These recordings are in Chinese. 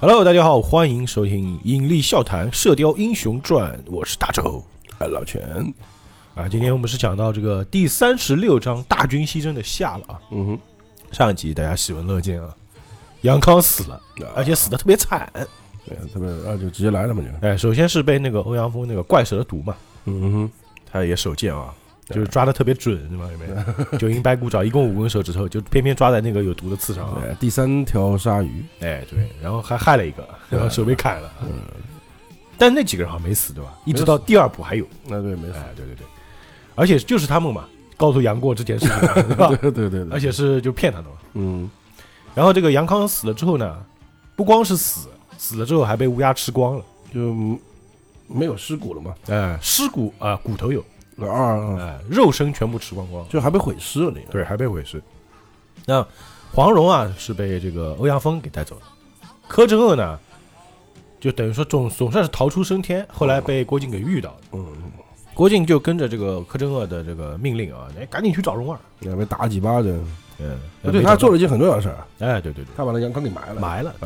Hello， 大家好，欢迎收听《引力笑谈射雕英雄传》，我是大周， 老钱啊。今天我们是讲到这个第36章大军牺牲的下了啊。上一集大家喜闻乐见啊，杨康死了，而且死的特别惨。 对，特别就直接来了嘛就。 首先是被那个欧阳锋那个怪蛇的毒嘛，他也手贱啊。就是抓的特别准是吗？有没有？九阴白骨爪一共5根手指头，就偏偏抓在那个有毒的刺上。 第3条鲨鱼， 对，然后还害了一个，然后手被砍了。但那几个人好像没死，对吧？一直到第2部还有。 对，没死。 对，而且就是他们嘛，告诉杨过这件事情，对吧？ 对， 而且是就骗他的嘛。然后这个杨康死了之后呢，不光是死了之后还被乌鸦吃光了， 就没有尸骨了嘛。 尸骨骨头有。肉身全部吃光光， 就还被毁尸了。 对，还被毁尸。那黄蓉啊是被这个欧阳锋给带走了，柯镇恶呢就等于说总算是逃出升天，后来被郭靖给遇到了。郭靖就跟着这个柯镇恶的这个命令啊，赶紧去找蓉儿， 被打几巴掌。 对， 他做了一件很重要的事儿。 对， 他把那杨康给埋了。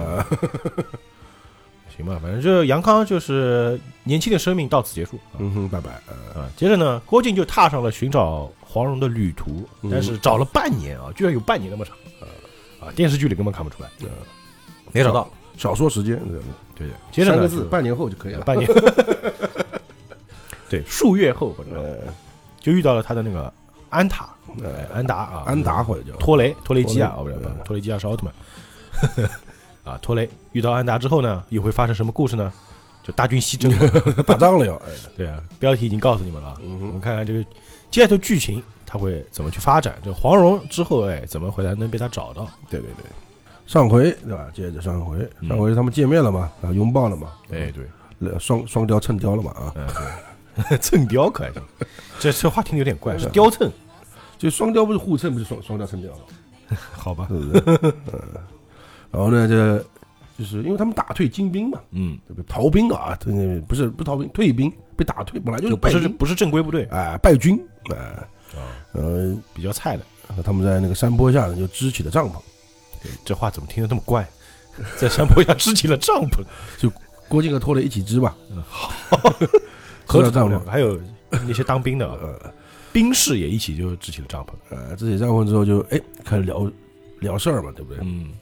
行吧，反正这杨康就是年轻的生命到此结束。 拜拜。 接着呢，郭靖就踏上了寻找黄蓉的旅途，但是找了半年啊，居然有半年那么长。电视剧里根本看不出来。没找到。 少说时间。 对。接着呢，3 个字，半年后就可以了。 半年。对，数月后就遇到了他的那个安塔，安达或者叫托雷基亚，托雷基亚是奥特曼。托雷遇到安达之后呢，又会发生什么故事呢？就大军西征， 打仗了要。 对啊，标题已经告诉你们了。我们看看这个接下来的剧情，它会怎么去发展？这黄蓉之后，怎么回来能被他找到？ 对。上回对吧？接着上回他们见面了嘛，然后拥抱了嘛。 对， 双雕蹭雕了嘛对，蹭雕可还行。这话听得有点怪，是雕蹭。 就双雕不是互蹭，不是双雕蹭雕了。 好吧。 然后呢，就是因为他们打退金兵嘛，逃兵啊，不是逃兵，退兵被打退，本来就是不是正规部队， 败军， 比较菜的。 他们在那个山坡下呢，就支起了帐篷。 这话怎么听得这么怪？在山坡下支起了帐篷， 就郭靖和托雷一起支嘛。 好， 支了帐篷， 还有那些当兵的兵士也一起就支起了帐篷。 支起帐篷之后就开始聊事儿嘛，对不对？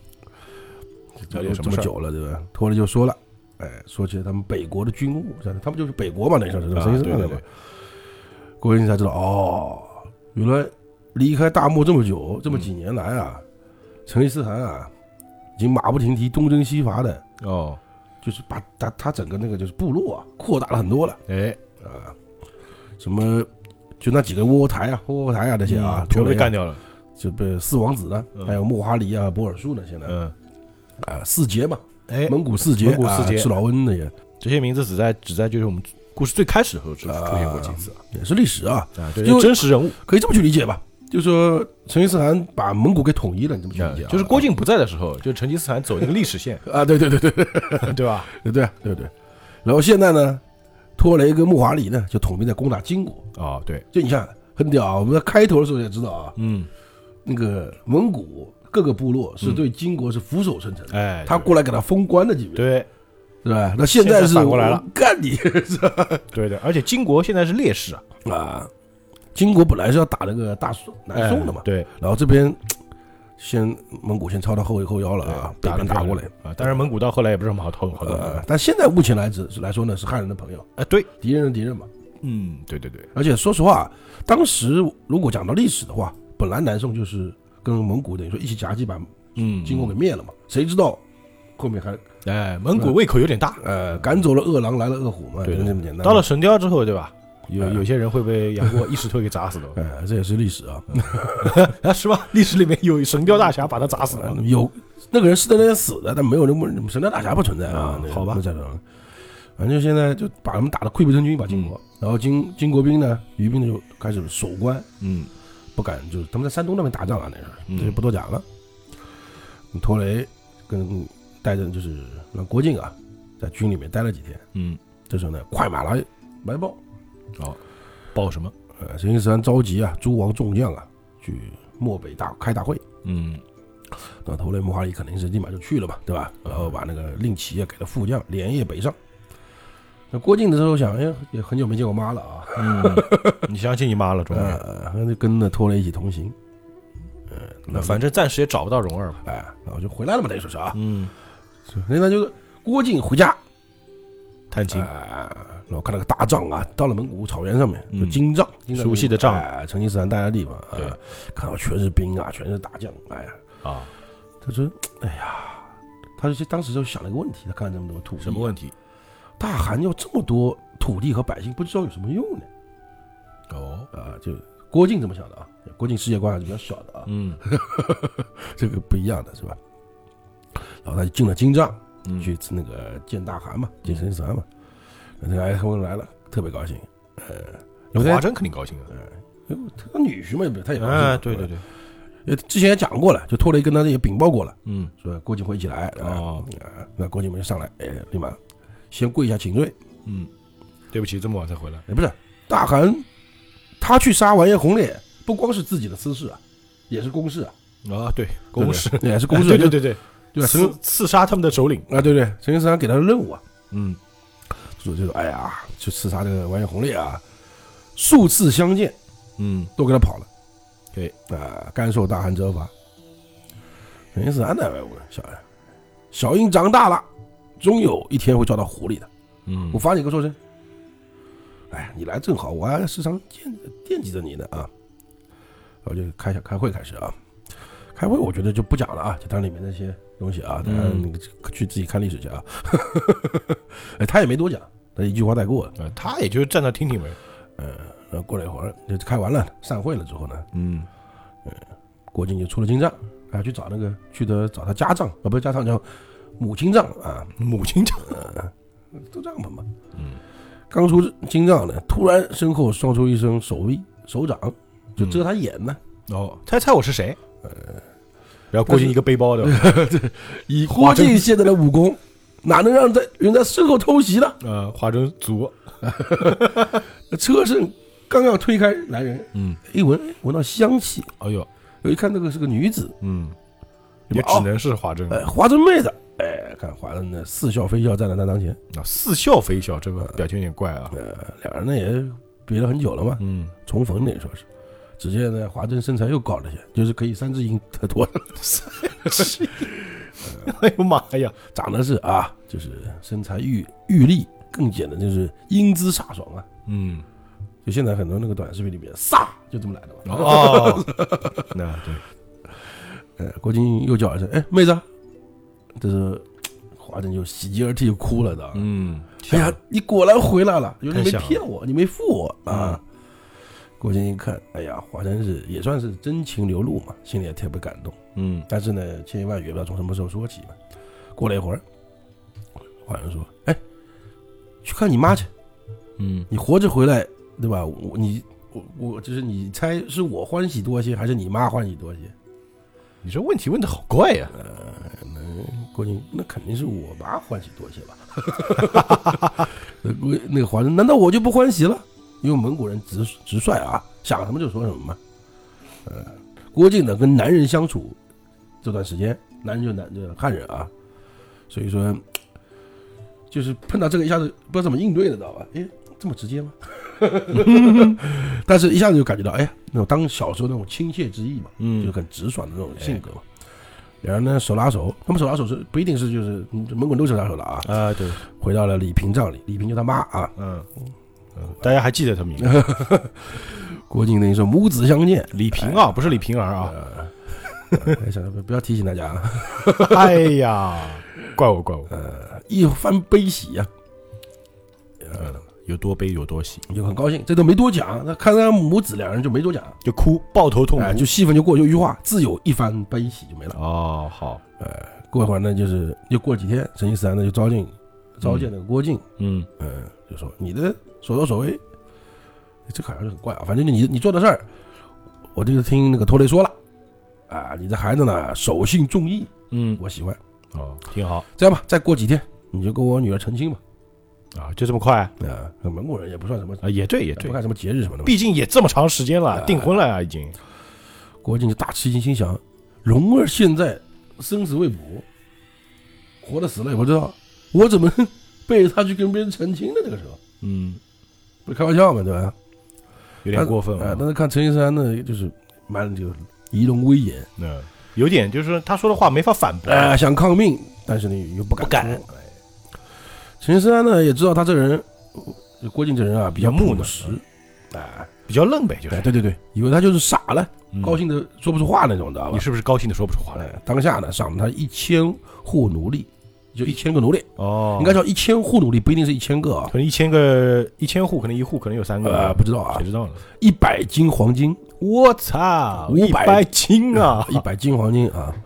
这么久了，对吧？托雷就说了，说起了他们北国的军务，他们就是北国嘛，那时候是对。郭靖才知道，原来离开大漠这么久，这么几年来啊，成吉思汗啊，已经马不停蹄东征西伐的就是把他整个那个就是部落扩大了很多了。什么就那几个窝窝台啊那些全被干掉了， 就被4王子呢，还有莫哈里博尔术呢，现在4杰嘛，蒙古四杰，赤老温那些， 这些名字只在就是我们故事最开始的时候出现过几次， 也是历史就真实人物， 可以这么去理解吧？就说成吉思汗把蒙古给统一了，你这么去理解？ 就是郭靖不在的时候，就成吉思汗走那个历史线对， 对吧？ 对。然后现在呢，托雷跟木华里呢就统一在攻打金国。 对， 就你看很屌，我们在开头的时候也知道那个蒙古各个部落是对金国是俯首称臣，他过来给他封官的级别， 对， 是吧？那现在是反过来了， 干你是吧？ 对，而且金国现在是劣势金国本来是要打那个南宋的嘛， 对， 然后这边蒙古先抄到后腰了打过来当然蒙古到后来也不是什么好偷但现在目前来说呢，是汉人的朋友对， 敌人的敌人嘛， 对， 而且说实话，当时如果讲到历史的话，本来南宋就是跟蒙古等于说一起夹击把金国给灭了嘛，谁知道后面还蒙古胃口有点大， 赶走了恶狼来了恶虎嘛， 对， 那么简单。 到了神雕之后，对吧？有些人会被杨过一石头给砸死的， 这也是历史是吧？历史里面有神雕大侠把他砸死了， 有那个人是在那边死的，但没有那么神雕大侠不存在好吧？ 反正现在就把他们打得溃不成军，把金国，然后金国兵呢，余兵就开始守关，不敢，就是他们在山东那边打仗那时候，这就不多讲了。托雷跟带着就是让郭靖在军里面待了几天，这时候呢，快马来报， 报什么？ 成吉思汗召集诸王众将去漠北开大会， 那头雷木华里肯定是立马就去了嘛，对吧？然后把那个令旗也给了副将，连夜北上。那郭靖的时候想，哎呀，也很久没见过妈了啊。 你相信你妈了，终于。 就跟着托雷一起同行。 那反正暂时也找不到蓉儿， 然后就回来了嘛，等于说是啊。那就郭靖回家探亲。 然后看那个大帐啊，到了蒙古草原上面，就金帐， 熟悉的帐， 成吉思汗待的地方，看到全是兵啊，全是大将，他说，哎呀，他就当时就想了一个问题，他看这么多土地， 什么问题？ 大汗要这么多土地和百姓，不知道有什么用呢？就郭靖这么想的啊，郭靖世界观还是比较小的啊，这个不一样的是吧？然后他就进了金帐，去那个见大汗嘛，见成吉思汗嘛。那个爱后来了，特别高兴。 华筝肯定高兴他女婿嘛，他也高兴。 对， 之前也讲过了，就托雷跟他也禀报过了，说郭靖会一起来。那郭靖没上来，立马先跪下请罪。 对不起，这么晚才回来。 不是大汗，他去杀完颜洪烈，不光是自己的私事啊，也是公事啊。 对，公事也是公事。 对，刺杀他们的首领啊。对，成吉思汗给他的任务啊。就是哎呀，去刺杀这个完颜洪烈啊，数次相见，都给他跑了。 对甘受大汗责罚。成吉思汗呢，小鹰长大了，终有一天会抓到狐狸的。我罚你个说声。你来正好，我还时常惦记着你呢啊。然后就开会开始啊。开会我觉得就不讲了啊，就当里面那些东西啊，大家去自己看历史去啊。他也没多讲，他一句话带过， 他也就站那听听呗。 然后过了一会儿就开完了，散会了之后呢，郭靖就出了金帐，去找那个找他家帐不是家帐，叫母亲帐啊， 母亲帐， 都帐篷嘛。刚出金帐呢，突然身后双出一声手掌，就遮他眼呢。 猜我是谁？然后郭靖一个背包的， 以郭靖现在的武功，哪能让人在身后偷袭呢？ 华筝足， 车身刚要推开来人，一闻到香气，一看那个是个女子， 也只能是华筝， 华筝妹子，看华筝的似笑非笑站在他当前， 似笑非笑，这个表情有点怪啊。 两人呢也别了很久了嘛，重逢那说是。只见呢，华筝身材又高了些，就是可以3只鹰的多了。 哎呦妈呀， 长得是就是身材玉立，更显得就是英姿飒爽啊。就现在很多那个短视频里面，飒就这么来的嘛。 那对，郭靖又叫一声，妹子，这是华筝就喜极而泣，就哭了的。哎呀，你果然回来了，你没骗我，你没负我啊。郭靖一看，哎呀，华筝也算是真情流露嘛，心里也特别感动。但是呢，千言万语也不知道从什么时候说起嘛。过了一会儿，华筝说：“去看你妈去。你活着回来，对吧？我就是你猜是我欢喜多些，还是你妈欢喜多些？ 你这问题问得好怪呀！ 郭靖那肯定是我妈欢喜多些吧？那个华筝，难道我就不欢喜了？”因为蒙古人直率啊，想什么就说什么嘛。郭靖呢跟男人相处这段时间，男人就汉人啊，所以说就是碰到这个一下子不知道怎么应对的，知道吧？这么直接吗？但是一下子就感觉到，那种当小时候那种亲切之意嘛，就很直爽的那种性格嘛。两人呢手拉手，他们手拉手是不一定是就是蒙古人都手拉手的啊。对，回到了李平帐里，李平就他妈啊。 大家还记得他名字？ 郭靖等于说母子相见， 李平不是李平儿啊。 不要提醒大家啊！ 哎呀，怪我。 一番悲喜呀， 有多悲有多喜， 就很高兴。这都没多讲，那看到母子两人就没多讲， 就哭，抱头痛哭， 就戏份就过，就一句话，自有一番悲喜就没了。 好。 过一会儿呢，就是又过几天，成吉思汗呢就召见那个郭靖，就说你的所作所为，这好像是很怪啊。反正你做的事儿，我这个听那个托雷说了，你这孩子呢守信重义，我喜欢， 挺好。 这样吧，再过几天你就跟我女儿成亲吧。 就这么快蒙古人也不算什么也对， 不看什么节日什么的， 毕竟也这么长时间了，订婚了已经。 郭靖就大吃一惊，心想蓉儿现在生死未卜，活的死了也不知道，我怎么背着他去跟别人澄清呢？这个时候，不是开玩笑嘛，对吧？ 有点过分但是看陈一山呢，就是就仪容威严， 有点就是他说的话没法反驳， 想抗命，但是呢又不敢。陈一山呢也知道他这人，郭靖这人啊比较朴实， 比较愣呗，就是。 对，以为他就是傻了，高兴的说不出话那种，知道吧？ 你是不是高兴的说不出话来？ 当下呢赏了他1000户奴隶。就1000个奴隶应该叫1000户奴隶，不一定是1000个啊， 可能1000户，可能一户可能有3个， 不知道啊， 谁知道呢 ？100斤黄金， 我操，100斤啊 ，100斤黄金啊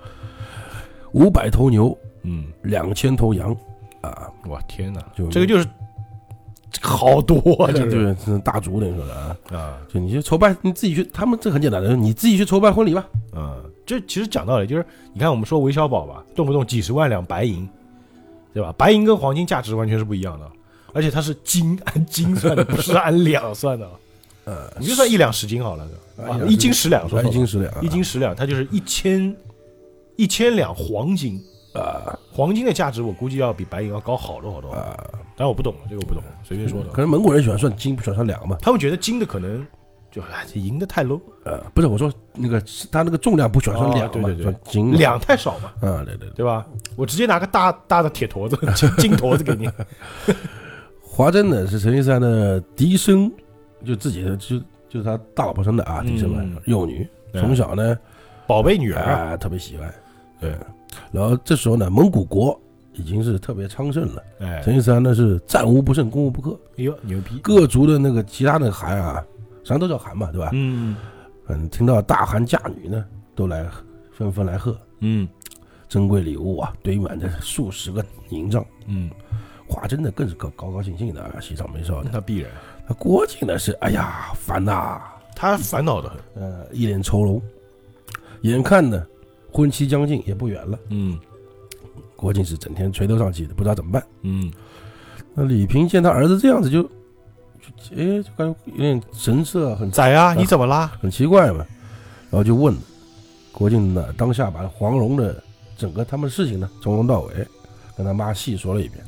，500头牛，2000头羊啊， 哇天哪，这个就是好多啊， 就是大族等于说的啊，就你去筹办，你自己去，他们这很简单的，你自己去筹办婚礼吧， 这其实讲道理就是，你看我们说韦小宝吧，动不动几十万两白银。对吧？白银跟黄金价值完全是不一样的，而且它是按斤算的，不是按两算的。你就算1两10斤好了，1斤10两，说 1斤10两 ，1斤10两，它就是1000两黄金黄金的价值我估计要比白银要高好多好多但我不懂这个，我不懂，随便说的。 可能蒙古人喜欢算斤，不喜欢算两嘛。 他们觉得金的可能就银的太 low。 不是我说那个他那个重量不喜欢算两嘛， 对， 斤两太少嘛。对吧？我直接拿个大的铁坨子金坨子给你。 华珍呢是陈一山的嫡生，就自己的就是他大老婆生的啊，嫡生嘛，幼女，从小呢宝贝女儿特别喜欢。对，然后这时候呢，蒙古国已经是特别昌盛了。陈一山呢是战无不胜，攻无不克。 哎呦，牛逼！ 各族的那个其他的汗啊，实际上都叫汗嘛，对吧？听到大汗嫁女呢，都纷纷来贺。珍贵礼物啊，堆满着数十个营帐。华珍的更是高兴兴的啊，喜上眉梢的。 那必然。 那郭靖呢是哎呀烦呐， 他烦恼的很， 一脸愁容。眼看呢婚期将近，也不远了。郭靖是整天垂头丧气的，不知道怎么办。那李平见他儿子这样子就感觉有点神色很仔啊，你怎么啦？ 很奇怪嘛。然后就问郭靖呢，当下把黄蓉的整个他们的事情呢，从头到尾跟他妈细说了一遍。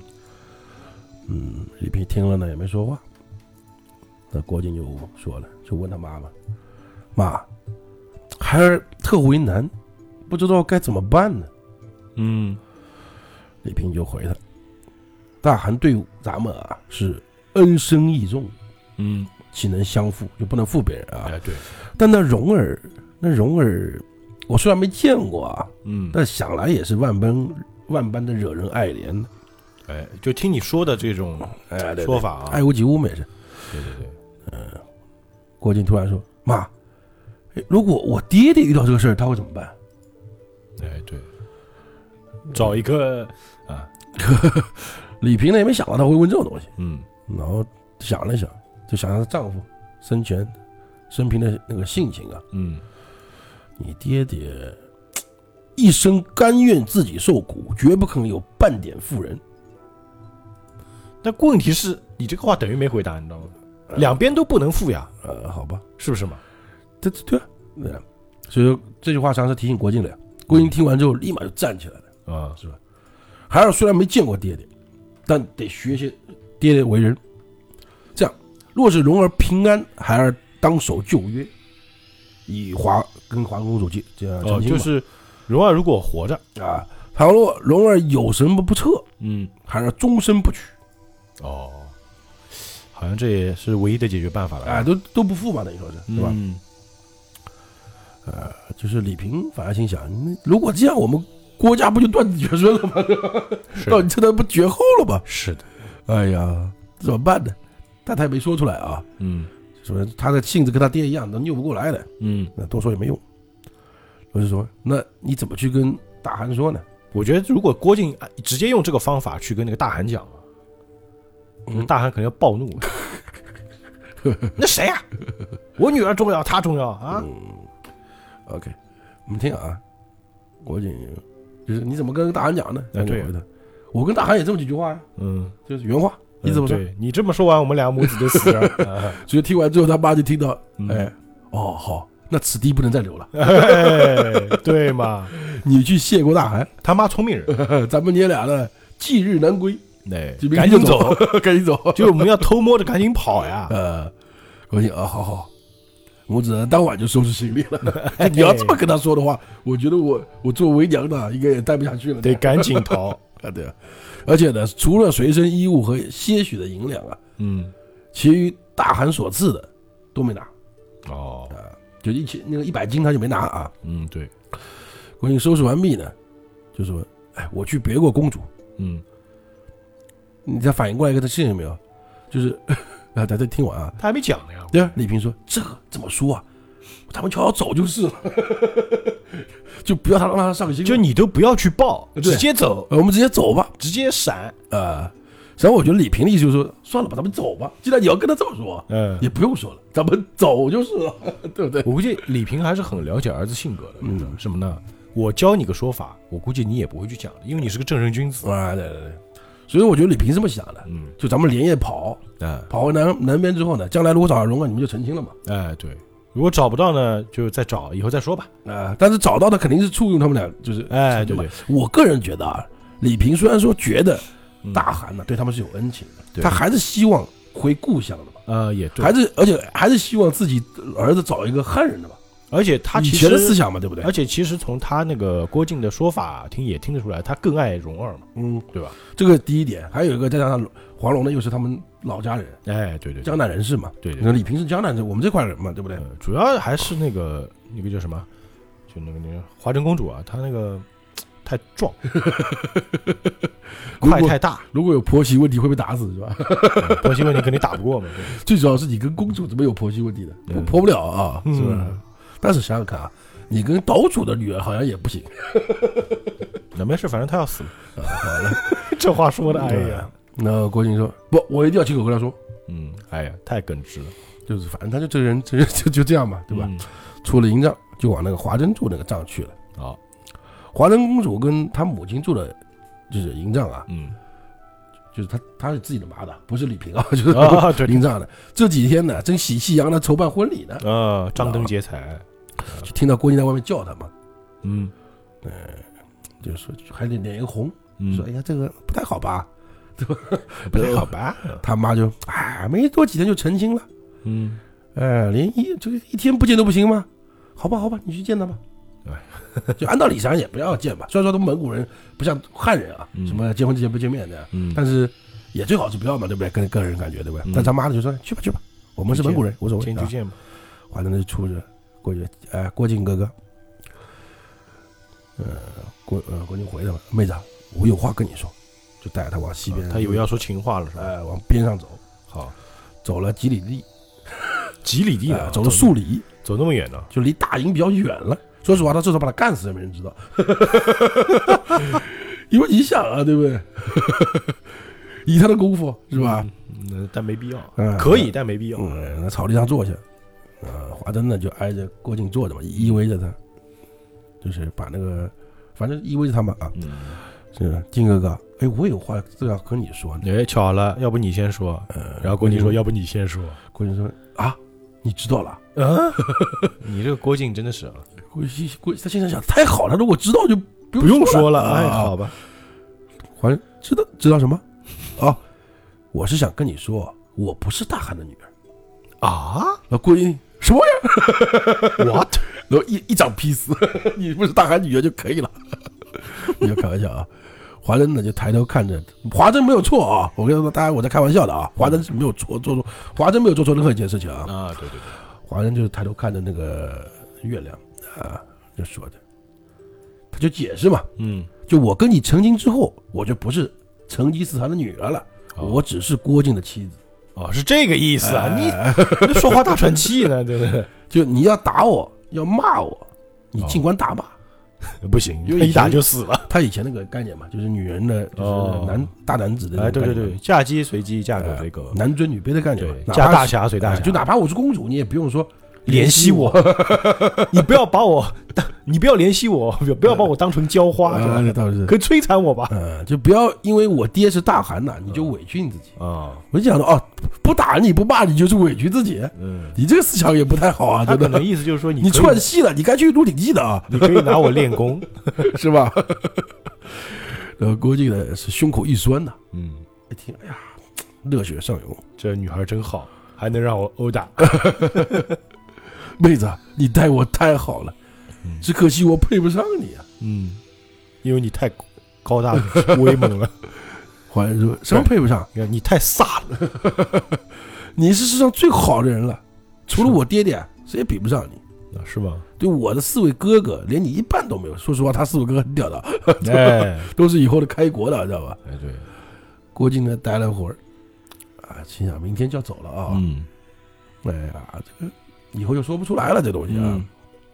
李平听了呢也没说话。那郭靖就说了，就问他妈妈：“妈，孩儿特为难，不知道该怎么办呢？”李平就回他：“大汗对咱们啊是恩深义重，岂能相负？就不能负别人啊？ 对。 但那蓉儿，我虽然没见过啊，但想来也是万般的惹人爱怜。 就听你说的这种说法啊， 爱屋及乌嘛也是。 对。 郭靖突然说：“妈，如果我爹爹遇到这个事儿，他会怎么办？” 对，找一个啊。 李平呢也没想到他会问这种东西，然后想了想，就想让她丈夫生平的那个性情啊，你爹爹一生甘愿自己受苦，绝不肯有半点负人。 但问题是你这个话等于没回答，你知道吗？两边都不能负呀。 好吧， 是不是嘛？ 对啊，所以这句话实际上是提醒郭靖的呀。郭靖听完之后立马就站起来了，是吧？孩儿虽然没见过爹爹，但得学些爹爹为人。这样，若是蓉儿平安，孩儿当守旧约，以跟华公主就是蓉儿如果活着啊，倘若蓉儿有什么不测，孩儿终身不娶。 好像这也是唯一的解决办法了。 都不负嘛，等于说是，对吧？就是李平反而心想，如果这样，我们郭家不就断子绝孙了吗？到你这不绝后了吗？ 是的。 哎呀，怎么办呢？但他也没说出来啊。说他的性子跟他爹一样，都拗不过来的。那多说也没用。我就说，那你怎么去跟大汗说呢？ 我觉得如果郭靖直接用这个方法去跟那个大汗讲，大汗可能要暴怒。那谁呀？我女儿重要，他重要啊。 OK， 我们听啊，郭靖就是你怎么跟大汗讲呢？ 对， 我跟大汗也这么几句话呀。就是原话。你怎么说？ 你这么说完，我们俩母子就死了。 所以听完之后，他妈就听到，好， 那此地不能再留了。 对嘛？ 你去谢过大汗， 他妈聪明人， 咱们爷俩呢，忌日难归。 赶紧走， 赶紧走！ 就我们要偷摸着赶紧跑呀！ 我说好，我只能当晚就收拾行李了。你要这么跟他说的话，我觉得我做为娘的应该也待不下去了。 得赶紧逃啊！对啊，而且呢，除了随身衣物和些许的银两啊，其余大汗所赐的都没拿。就那个100斤他就没拿啊。 对。 郭靖收拾完毕呢，就说：“哎，我去别过公主。”你再反应过来一个事情没有？就是大家听完啊， 他还没讲呢呀。 对啊，李平说：“这个怎么说啊？咱们悄悄走就是了，就不要让他上心。 就你都不要去报，直接走， 我们直接走吧， 直接闪然后我觉得李平的意思就是说，算了吧，咱们走吧。既然你要跟他这么说，也不用说了，咱们走就是了，对不对？ 我估计李平还是很了解儿子性格的，什么呢？我教你个说法，我估计你也不会去讲的，因为你是个正人君子啊。对。所以我觉得李平是这么想的，就咱们连夜跑，跑回南边之后呢，将来如果找到龙啊，你们就成亲了嘛。 对，如果找不到呢，就再找，以后再说吧。 但是找到的肯定是簇拥他们俩，就是对。 我个人觉得啊，李平虽然说觉得大汗呢对他们是有恩情的，他还是希望回故乡的嘛。 也对， 而且还是希望自己儿子找一个汉人的嘛。 而且他以前的思想嘛，对不对？ 而且其实从他那个郭靖的说法也听得出来，他更爱蓉儿嘛，对吧？ 这个第一点，还有一个再加上黄蓉呢，又是他们老家人， 对， 江南人士嘛， 对。 那李平是江南人，我们这块人嘛，对不对？ 主要还是那个叫什么，就那个华筝公主啊，她那个太壮，块太大， 如果有婆媳问题会被打死是吧？ 婆媳问题肯定打不过嘛。 最主要是你跟公主怎么有婆媳问题的？婆不了啊，是不是？但是想想看啊，你跟岛主的女儿好像也不行。 那没事，反正他要死了。好了，这话说的，哎呀。 那郭靖说：“不，我一定要亲口跟他说。” 哎呀，太耿直了。 就是反正他就这人就这样嘛，对吧？出了营帐就往那个华筝住那个帐去了。华筝公主跟她母亲住的就是营帐啊。就是他是自己的妈的，不是李平啊，就是营帐的。这几天呢，正喜气洋洋的筹办婚礼呢， 张灯结彩， 就听到郭靖在外面叫他嘛，就是说还得脸一红，说哎呀这个不太好吧，对吧？ 不太好吧？ 他妈就没多几天就成亲了，连这个一天不见都不行吗？好吧，你去见他吧。就按道理上也不要见吧，虽然说他们蒙古人不像汉人啊，什么结婚之前不见面的，但是也最好是不要嘛，对不对？跟个人感觉，对不对？但他妈的就说去吧，我们是蒙古人，无所谓， 见就见吧。 反正就出着过去，郭靖哥哥，郭靖回来了，妹子，我有话跟你说，就带着他往西边， 他以为要说情话了是吧？ 往边上走， 好， 走了几里地，走了数里， 走那么远呢， 就离大营比较远了。说实话，他至少把他干死也没人知道，因为你想啊，对不对？以他的功夫是吧？ 但没必要，可以，但没必要。 那草地上坐下，华筝呢就挨着郭靖坐着嘛，依偎着他，就是把那个，反正依偎着他嘛啊。是靖哥哥，我有话这要跟你说。 巧了，要不你先说。然后郭靖说，要不你先说。 郭靖说你知道了？ 你这个郭靖真的是啊。 他现在想太好了，如果知道就不用说了。好吧， 还知道什么？我是想跟你说，我不是大汗的女儿啊。那郭靖什么呀 ？What？ 然后一掌劈死，你不是大汗女儿就可以了。不要开玩笑啊！华筝呢就抬头看着，华筝没有错啊！我跟大家我在开玩笑的啊，华筝是没有错，华筝没有做错任何一件事情啊。 对， 华筝就是抬头看着那个月亮。就说的，他就解释嘛，就我跟你成亲之后，我就不是成吉思汗的女儿了，我只是郭靖的妻子。 是这个意思啊？你说话大喘气呢，对不对？ 就你要打我，要骂我，你尽管打吧， 不行，因为一打就死了。 他以前那个概念嘛，就是女人的，就是大男子的， 对，嫁鸡随鸡，嫁狗随狗， 男尊女卑的概念， 嫁大侠随大侠， 就哪怕我是公主，你也不用说。 怜惜我，你不要怜惜我，不要把我当成浇花，可以摧残我吧？ 就不要因为我爹是大汗呐，你就委屈你自己啊！我就讲的不打你不骂你就是委屈自己。你这个思想也不太好啊。 他可能意思就是说你串戏了，你该去鹿鼎记的啊， 你可以拿我练功， 是吧？然后郭靖呢是胸口一酸呐，一听，哎呀，热血上涌， 这女孩真好，还能让我殴打。 妹子，你待我太好了，只可惜我配不上你啊。 因为你太高大威猛了。 华人说什么配不上？ 你太飒了， 你是世上最好的人了，除了我爹爹，谁也比不上你， 是吗？ 对我的4位哥哥，连你一半都没有。说实话，他4位哥哥很屌的，都是以后的开国的，知道吧？ 对。 郭靖呢，待了会儿，心想明天就要走了啊。哎呀，这个以后就说不出来了，这东西啊。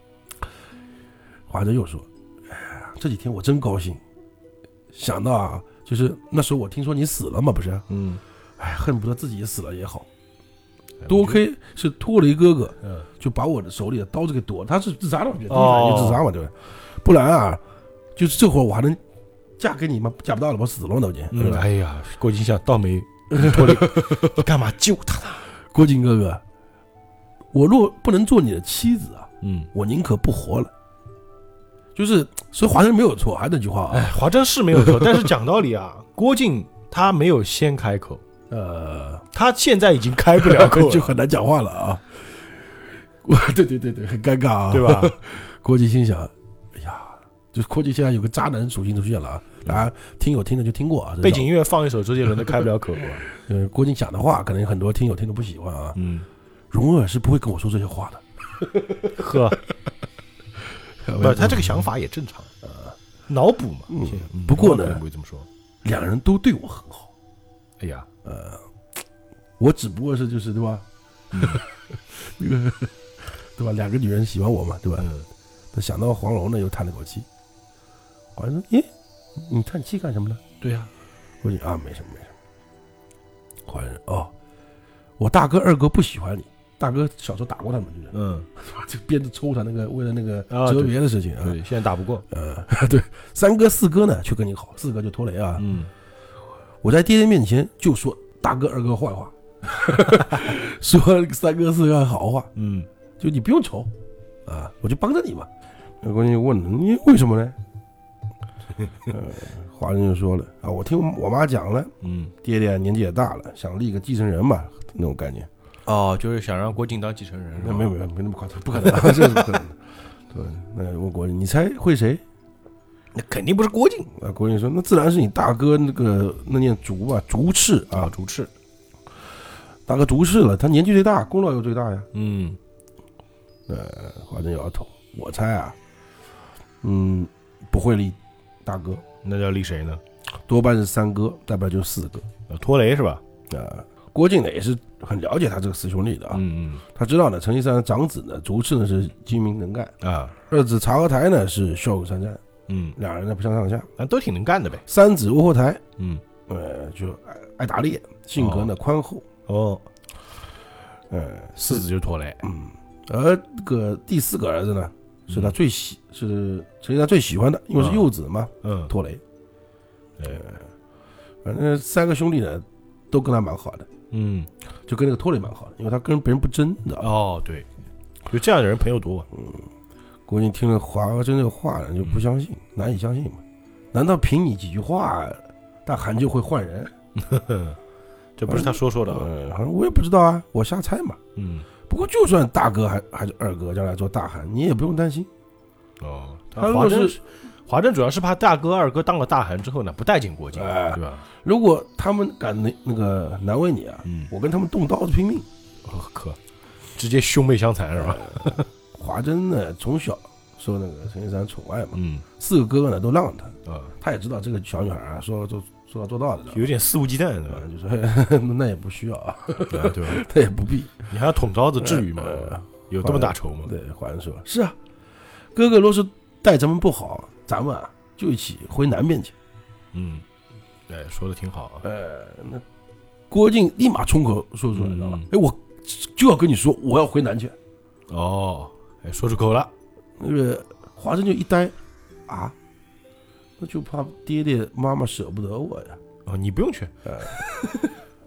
华珍又说：“哎呀，这几天我真高兴，想到啊。”就是那时候我听说你死了嘛，不是？哎，恨不得自己死了也好。多亏是托雷哥哥，就把我的手里的刀子给夺了。他是自杀了，我觉得第一反应就自杀嘛，对吧？不然啊，就是这会儿我还能嫁给你吗？嫁不到了，我死了都已经。 哎呀，郭靖想倒霉，托雷，你干嘛救他呢？ 郭靖哥哥，我若不能做你的妻子啊，我宁可不活了。就是，所以华珍没有错，还是那句话啊。 华珍是没有错，但是讲道理啊，郭靖他没有先开口，他现在已经开不了口了， 就很难讲话了啊。对，很尴尬啊， 对吧？ 郭靖心想，哎呀，就是郭靖现在有个渣男属性出现了啊。大家听友听着就听过啊， 背景音乐放一首周杰伦的开不了口。 郭靖讲的话，可能很多听友听着不喜欢啊。蓉儿是不会跟我说这些话的。 呵。不，他这个想法也正常，脑补嘛。 不过呢， 不会这么说。 两人都对我很好。 哎呀， 我只不过是就是对吧？那个对吧？两个女人喜欢我嘛，对吧？他想到黄蓉呢，又叹了口气。黄蓉说：“你叹气干什么呢？” 对呀， 我说：“没什么。”黄蓉我大哥二哥不喜欢你。大哥小时候打过他们，就鞭子抽他那个，为了那个折别的事情啊。 对，现在打不过。 对，3哥4哥呢，却跟你好，4哥就托雷啊。我在爹爹面前就说大哥二哥坏话，说3哥4哥好话。就你不用愁啊，我就帮着你嘛。郭靖就问了，你为什么呢？华人就说了啊，我听我妈讲了，爹爹年纪也大了，想立个继承人嘛，那种概念。 就是想让郭靖当继承人。 没那么夸张，不可能，这是不可能。对，那问郭靖，你猜会谁？ 那肯定不是郭靖。 郭靖说，那自然是你大哥那念竹吧，竹赤啊， 竹赤。 大哥竹赤了，他年纪最大，功劳又最大呀。华珍摇头，我猜啊，不会立大哥， 那要立谁呢？ 多半是3哥，大不了就4哥。 托雷是吧？ 郭靖呢也是很了解他这个4兄弟的啊，他知道呢，成吉思汗长子呢竹赤呢是精明能干啊，二子察合台呢是骁勇善战，两人呢不相上下， 都挺能干的呗。 三子窝阔台，就爱打猎，性格呢宽厚四子就是托雷， 而这个第4个儿子呢是他是成吉思汗最喜欢的，因为是幼子嘛，托雷，反正3个兄弟呢都跟他蛮好的。就跟那个托雷蛮好的，因为他跟别人不争，你知道吧？ 对，就这样的人朋友多。 郭靖听了华珍这个话呢，就不相信，难以相信嘛。难道凭你几句话，大汗就会换人？ 这不是他说的。 我也不知道啊，我瞎猜嘛。不过就算大哥还是二哥将来做大汗，你也不用担心。他如果是华珍主要是怕大哥二哥当了大汗之后呢，不待见郭靖，对吧？ 如果他们敢那个难为你啊，我跟他们动刀子拼命， 直接兄妹相残是吧？ 华珍呢从小受那个成吉思汗宠爱嘛，4个哥哥呢都让他，他也知道这个小女孩啊说到做到的， 有点肆无忌惮的， 就说那也不需要啊，对吧？他也不必， 你还要捅刀子至于吗？有这么大仇吗？ 对，华珍说是啊，哥哥若是待咱们不好，咱们啊就一起回南边去。 说的挺好啊。 那郭靖立马冲口说出来，知道吧？我就要跟你说，我要回南去。 说出口了。 那个华珍就一呆，啊，那就怕爹爹妈妈舍不得我呀。 你不用去。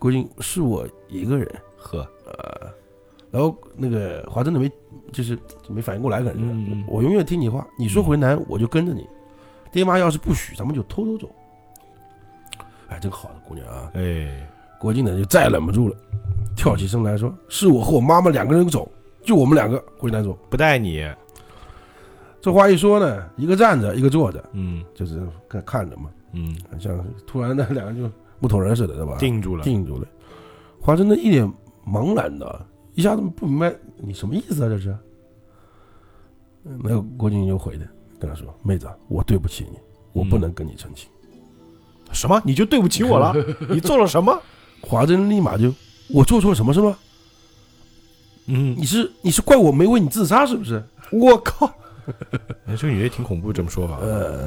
郭靖是我一个人， 呵， 然后那个华筝的没反应过来，可能我永远听你话，你说回南我就跟着你，爹妈要是不许，咱们就偷偷走。哎，真好的姑娘啊！ 哎， 郭靖呢就再也忍不住了，跳起身来说：“是我和我妈妈2个人走，就我们2个回南走， 不带你。” 这话一说呢，一个站着，一个坐着，就是看着嘛，像突然那2个人就木头人似的，对吧？ 定住了。 华筝呢一脸茫然的，一下子不明白你什么意思啊，这是。那个郭靖就回的跟他说：“妹子，我对不起你，我不能跟你成亲。” 什么？你就对不起我了？你做了什么？ 华筝立马就：“我做错什么是吗？你是怪我没为你自杀是不是？” 我靠！这个女的挺恐怖，这么说法。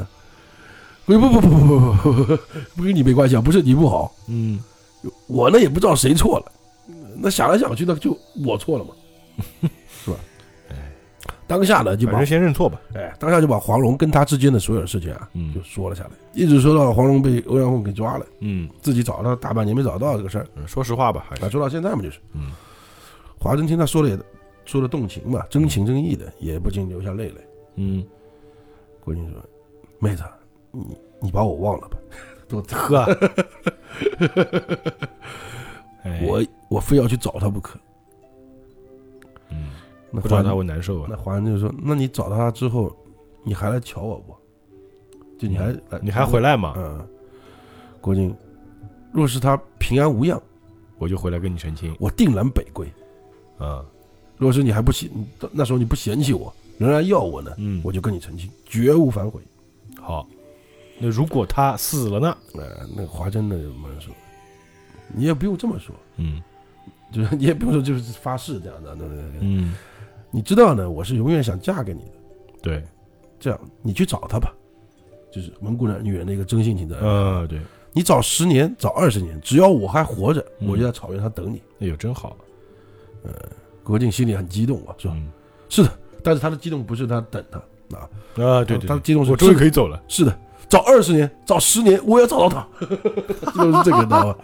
不跟你没关系啊，不是你不好。我呢也不知道谁错了，那想来想去呢，就我错了嘛，是吧？当下呢就把先认错吧。 当下就把黄蓉跟他之间的所有事情啊，就说了下来，一直说到黄蓉被欧阳锋给抓了，自己找到大半年没找到这个事儿。 说实话吧， 说到现在嘛，就是，华筝听他说的动情嘛，真情真意的，也不禁流下泪来。郭靖说：“妹子，你把我忘了吧。”多呵， 我非要去找他不可。 不找他我难受啊。 那华人就说：“那你找到他之后，你还来瞧我不？就你还回来吗？” 郭靖，若是他平安无恙， 我就回来跟你成亲， 我定然北归。若是你还不那时候你不嫌弃我，仍然要我呢，我就跟你成亲，绝无反悔。 好，那如果他死了呢？ 那个华筝的人说：“你也不用这么说，就是你也不用说就是发誓这样的，对不对？你知道呢，我是永远想嫁给你的。 对， 这样你去找他吧，就是蒙古女人的一个真性情的。 对， 你找10年，找20年，只要我还活着，我就在草原上等你。 哎呦，真好。 郭靖心里很激动啊，说：“是的。”但是他的激动不是他等他对， 他激动是我终于可以走了。 是的，找20年，找10年，我要找到他，就是这个，知道吧？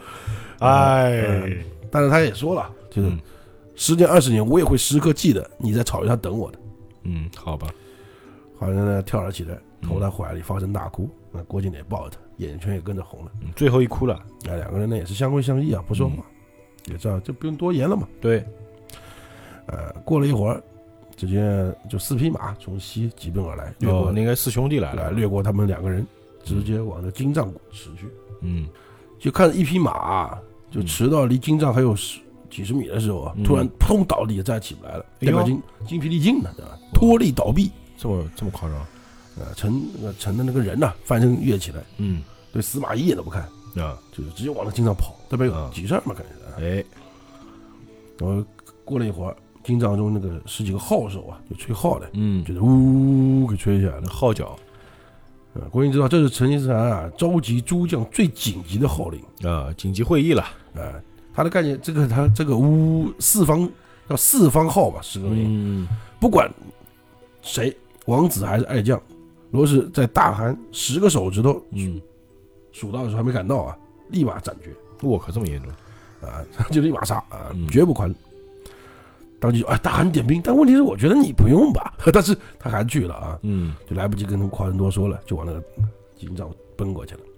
但是他也说了，就是10年20年，我也会时刻记得你在草原上等我的。 好吧。 华筝呢跳了起来，投在怀里，放声大哭。那郭靖也抱着他，眼圈也跟着红了。 最后一哭了。 2个人呢也是相偎相依啊，不说话，也知道这不用多言了嘛。 对。 过了一会儿，只见就4匹马从西疾奔而来， 那应该4兄弟来了， 掠过他们2个人，直接往这金帐驰去。就看一匹马就驰到离金帐还有几十米的时候，突然扑通倒地，再起不来了，代表精疲力尽了，脱力倒闭。 这么夸张？ 乘的那个人呢，翻身跃起来，对死马一眼都不看就是直接往那金帐跑，这边有急事嘛，感觉。然后过了一会儿，金帐中那个10几个号手啊，就吹号的，就是呜给吹起来了， 号角。 郭靖知道这是成吉思汗啊召集诸将最紧急的号令紧急会议了。 他的概念，他这个四方号吧，10个人，不管谁，王子还是爱将，如果是在大汗10个手指头数到的时候还没赶到啊，立马斩决。 我靠，这么严重就立马杀绝不宽。当即大汗点兵，但问题是我觉得你不用吧，但是他还去了就来不及跟华人多说了，就往那个金帐奔过去了。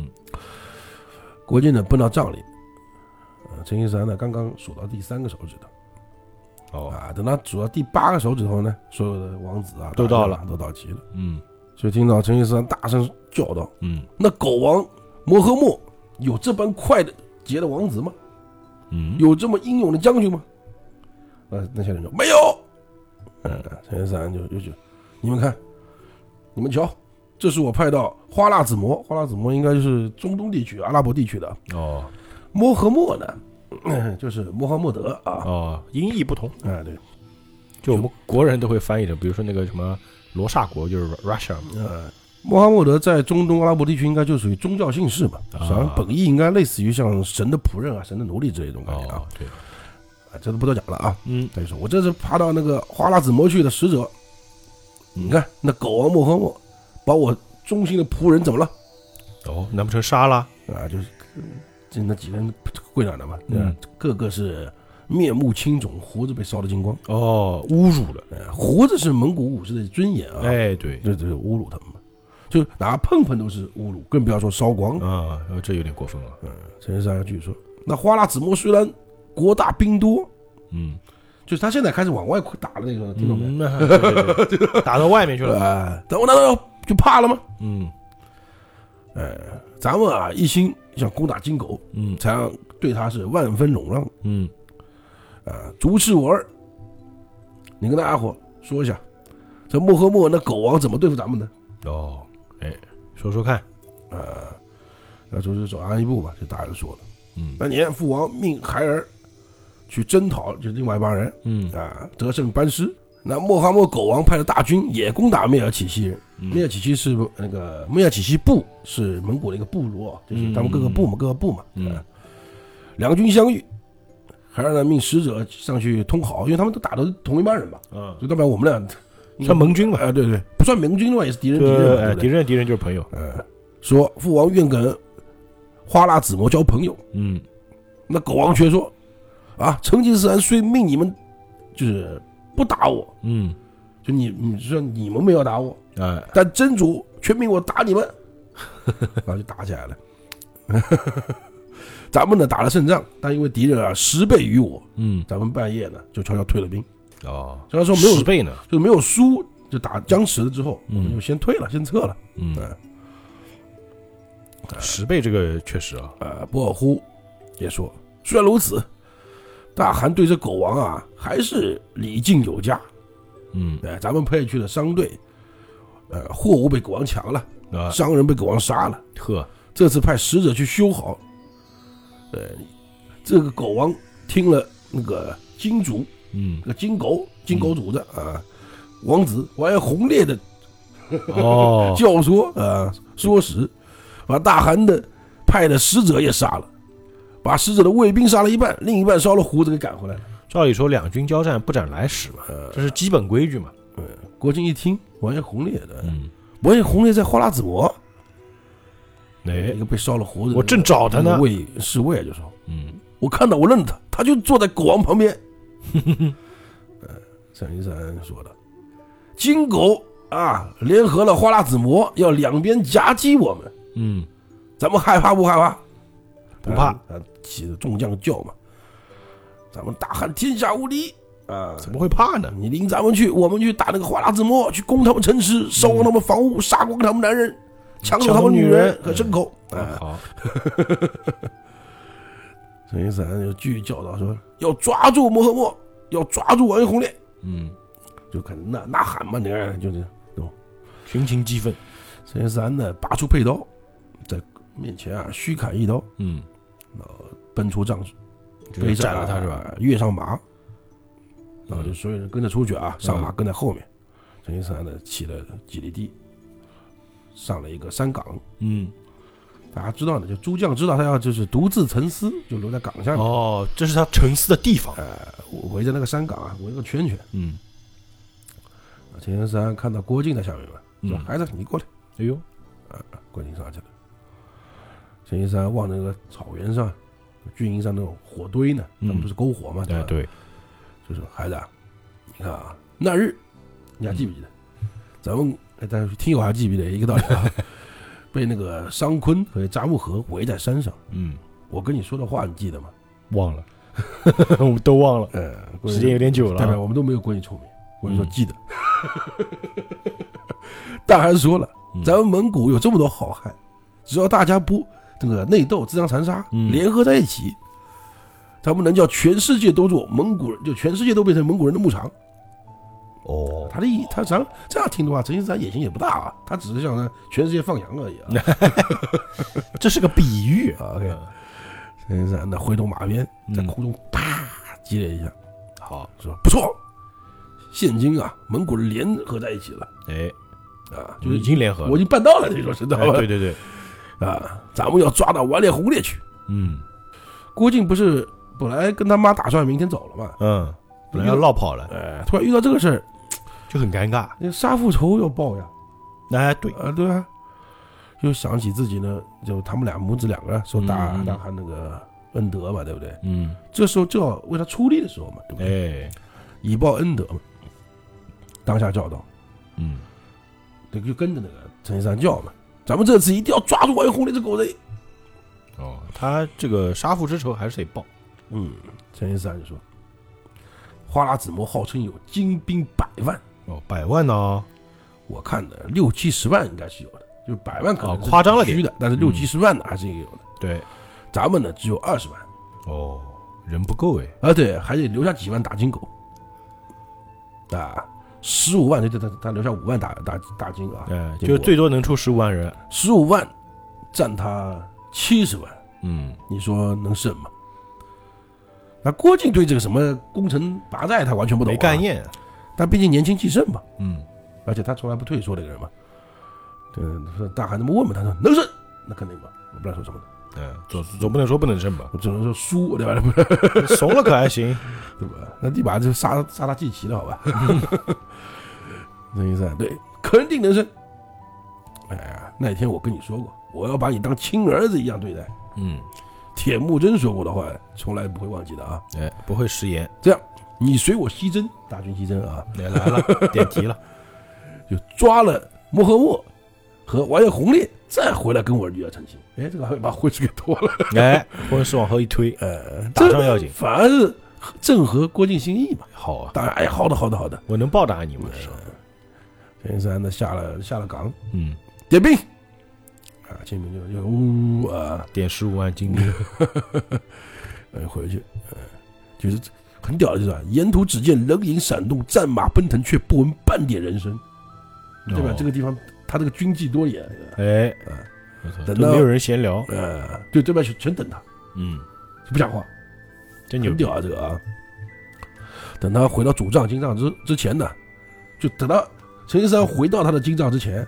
郭靖呢奔到帐里，成吉思汗呢刚刚数到第3个手指头，等他数到第8个手指头呢，所有的王子啊都到了， 都到齐了。就听到成吉思汗大声叫道：“那狗王摩诃末有这般快的捷的王子吗？有这么英勇的将军吗？”那些人说没有。成吉思汗就你们看，你们瞧，这是我派到花剌子模，花剌子模应该就是中东地区阿拉伯地区的摩诃末呢，就是穆罕默德音译不同。 对， 就我们国人都会翻译的，比如说那个什么罗刹国就是 Russia。 穆罕默德在中东阿拉伯地区应该就属于宗教姓氏嘛，实际上本意应该类似于像神的仆人神的奴隶之类这种感觉对。 这都不多讲了他就说我这是爬到那个花剌子模去的使者，你看那狗王摩诃末把我忠心的仆人怎么了？ 难不成杀了？ 就是那几个人跪那的嘛，个个是面目青肿，胡子被烧得精光。 哦，侮辱了， 胡子是蒙古武士的尊严啊！ 哎，对， 这是侮辱他们嘛，就哪碰碰都是侮辱，更不要说烧光啊，这有点过分了。 陈先生要继续说，那花剌子模虽然国大兵多，就是他现在开始往外打了那个，听懂没？ 对，打到外面去了。 咱们难道就怕了吗？咱们啊一心想攻打金狗，才让对他是万分容让，足赤我儿，你跟大家伙说一下，这莫赫默那狗王怎么对付咱们的？ 说说看。 那就是走安一步吧，就大人说了。那年父王命孩儿去征讨，就是另外一帮人，得胜班师。那莫哈默狗王派的大军也攻打梅尔启西人。梅尔启西是那个梅尔启西部是蒙古的一个部落，就是他们各个部嘛。两军相遇，孩儿呢命使者上去通好，因为他们都打的同一帮人嘛。就代表我们俩算盟军嘛。 对，不算盟军的话也是敌人。 敌人就是朋友。 说父王愿跟花剌子模交朋友。那狗王却说成吉思汗虽命你们就是不打我，就你说你们没有打我，但真主却命我打你们，然后就打起来了。咱们呢打了胜仗，但因为敌人10倍于我，咱们半夜呢就悄悄退了兵。虽然说没有 10倍呢， 就没有输，就打僵持了之后，我们就先退了，先撤了。 10倍这个确实博尔忽也说，虽然如此，大汗对这狗王还是礼敬有加。咱们派去的商队，货物被狗王抢了，商人被狗王杀了。这次派使者去修好。这个狗王听了那个金主，那个金狗主的王子王爷洪烈的教唆说使，把大汗的派的使者也杀了，把使者的卫兵杀了一半，另一半烧了胡子给赶回来了。 照理说两军交战不斩来使嘛，这是基本规矩嘛。 国靖一听王爷洪烈的，王爷洪烈在花剌子模，一个被烧了胡子， 我正找他呢。 侍卫就说，我看到我认他，他就坐在狗王旁边。陈一山说的，金狗联合了花剌子模，要两边夹击我们。咱们害怕不害怕？ 不怕。 起着众将叫嘛，咱们大汗天下无敌怎么会怕呢？ 你领咱们去，我们去打那个花剌子模，去攻他们城池，烧光他们房屋，杀光他们男人，抢走他们女人和牲口。 好。 陈一山就继续教导说，要抓住莫赫默，要抓住王爷洪烈。就看呐喊嘛，你看就是群情激愤。 陈一山呢拔出佩刀，在面前虚砍一刀，奔出帐子，背斩了他是吧？跃上马，然后就所有人跟着出去上马跟在后面。陈一山呢起了几里地，上了一个山岗。大家知道呢，就诸将知道他要就是独自沉思，就留在岗下面。 这是他沉思的地方。 围着那个山岗围个圈圈。陈一山看到郭靖在下面嘛，说孩子你过来。 哎呦， 郭靖上去了。陈一山望着那个草原上、军营上那种火堆呢，他们不是篝火嘛？ 对， 就说孩子你看那日你还记不记得？咱们大家听友还记不记得一个道理被那个商坤和扎木合围在山上。我跟你说的话你记得吗？ 忘了。我们都忘了。时间有点久了， 代表我们都没有郭靖聪明。我跟你说记得。大汗说了，咱们蒙古有这么多好汉，只要大家不这个内斗自相残杀，联合在一起，他们能叫全世界都做蒙古人，就全世界都变成蒙古人的牧场。他这样听的话，陈一山野心也不大他只是想让全世界放羊而已这是个比喻。 OK， 陈一山呢挥动马鞭，在空中啪击了一下。好，说不错，现今蒙古人联合在一起了。 就是已经联合了， 我已经办到了，你说知道吧？ 对， 咱们要抓到顽劣洪烈去。郭靖不是本来跟他妈打算明天走了嘛？ 本来要落跑了， 突然遇到这个事儿， 就很尴尬。 那杀父仇要报呀。 对， 对啊， 就想起自己呢，就他们母子两个说大汉那个恩德嘛，对不对？这时候正好为他出力的时候嘛，对不对？以报恩德嘛，当下叫道，就跟着那个陈先生叫嘛，咱们这次一定要抓住王永红那只狗贼。 他这个杀父之仇还是得报。 陈先生就说，花剌子模号称有精兵100万。 100万呢？ 我看的60-70万应该是有的，就100万可能夸张了点的，但是60-70万的还是有的。 对， 咱们呢只有20万。 人不够对，还得留下几万打金狗。15万，他留下5万打金啊。 就最多能出15万人 ，15万占他70万。你说能胜吗？那郭靖对这个什么攻城拔寨他完全不懂， 没概念。 但毕竟年轻气盛嘛，而且他从来不退缩的一个人嘛。大汉那么问嘛，他说能胜，那肯定嘛，我不知道说什么的。 总不能说不能胜吧？ 我只能说输，对吧？ 怂了可还行， 对吧？那立马就杀他祭旗了，好吧？陈先生对，肯定能胜。那天我跟你说过，我要把你当亲儿子一样对待。铁木真说过的话，从来不会忘记的啊！ 不会食言。 这样，你随我西征，大军西征啊， 来了，点题了， 就抓了摩诃末和完颜洪烈，再回来跟我女儿成亲。这个还把婚事给拖了。 婚事往后一推，打仗要紧， 反而是正合郭靖心意嘛。 好啊， 当然，好的， 我能报答你吗？ 陈先生呢下了岗，点兵。清明就点15万精兵， 回去，就是很屌的，就是沿途只见人影闪动，战马奔腾，却不闻半点人声，对吧？这个地方他这个军纪多严， 等到没有人闲聊， 对，这边全等他，不讲话， 真牛， 很屌啊，这个啊。等他回到主帐金帐之前呢，就等到陈先生回到他的金帐之前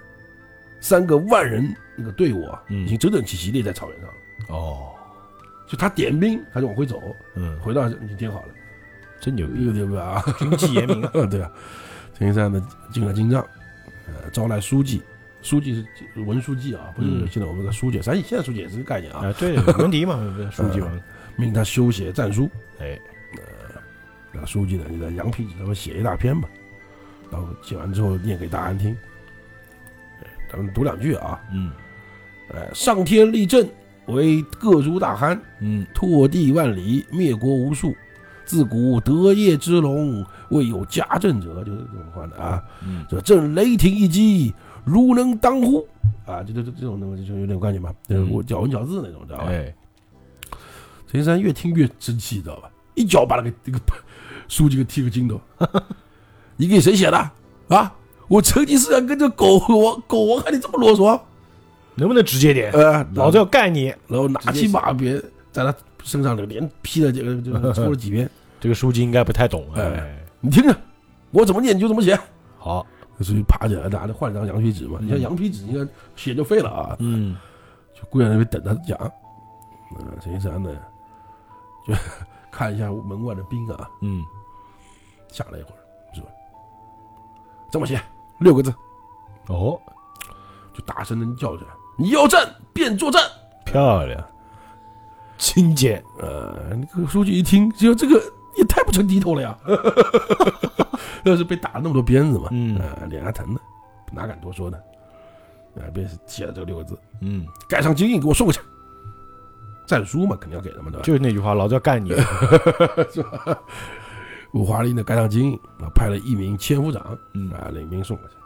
，3个万人那个队伍已经整整齐齐列在草原上了。就他点兵，他就往回走，回到已经填好了， 真牛逼， 对吧？ 军纪严明啊， 对啊。陈先生呢进了金帐，招来书记是文书记啊，不是现在我们的书记，咱现在书记也是个概念啊。 对，文迪嘛，书记嘛， 命他修写战书。那书记呢就在羊皮纸上面写一大篇嘛，然后写完之后念给大汉听。咱们读2句啊。上天立正，为各族大汉，拓地万里，灭国无数。自古德业之龙，未有家政者，就是这种话的啊。这正雷霆一击，如能当乎？这种东西就有点关系嘛，我咬文嚼字那种，知道吧？陈先生越听越生气，知道吧？一脚把那个书记给踢个筋头。你给谁写的啊？我成吉思汗跟这狗王看你这么啰嗦， 能不能直接点？老子要干你！ 然后拿起马鞭在他身上连劈了这个，就抽了几鞭。 这个书记应该不太懂。 你听着，我怎么念你就怎么写。 好， 所以爬起来拿着换张羊皮纸嘛。你像羊皮纸，你看血就废了啊。就跪在那边等他讲。陈先生呢，就看一下门外的兵啊。下了一会儿，是吧？这么写6个字。就大声的叫出来：你要战便作战。 漂亮，精简。 那个书记一听，就这个也太不成低头了呀！要是被打了那么多鞭子嘛，脸还疼呢，哪敢多说呢？便写了这6个字，盖上金印给我送过去。战书嘛，肯定要给他们的， 就是那句话，老子要干你， 是吧？五华令的盖上金印，派了1名千夫长，领兵送过去。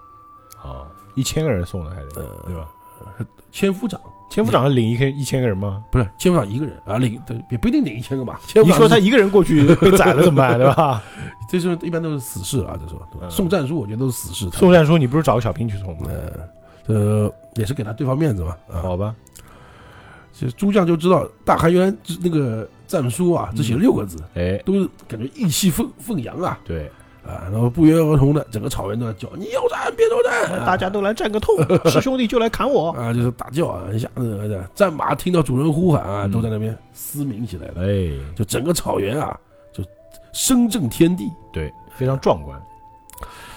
1000个人送的还是对吧？ 千夫长领1000个人吗？ 不是，千夫长一个人啊，也不一定领1000个嘛。 你说他一个人过去被宰了怎么办？对吧？ 这时候一般都是死士啊，这说送战书，我觉得都是死士。 送战书你不是找个小兵去送吗？ 也是给他对方面子嘛。 好吧， 其实诸将就知道大汉原来那个战书啊，只写了6个字，都是感觉意气凤扬啊。 对。 然后不约而同的，整个草原都在叫：“你要战别作战！” 大家都来战个痛，是兄弟就来砍我啊！就是大叫啊，一下子战马听到主人呼喊啊，都在那边嘶鸣起来了。就整个草原啊，就声震天地， 对，非常壮观。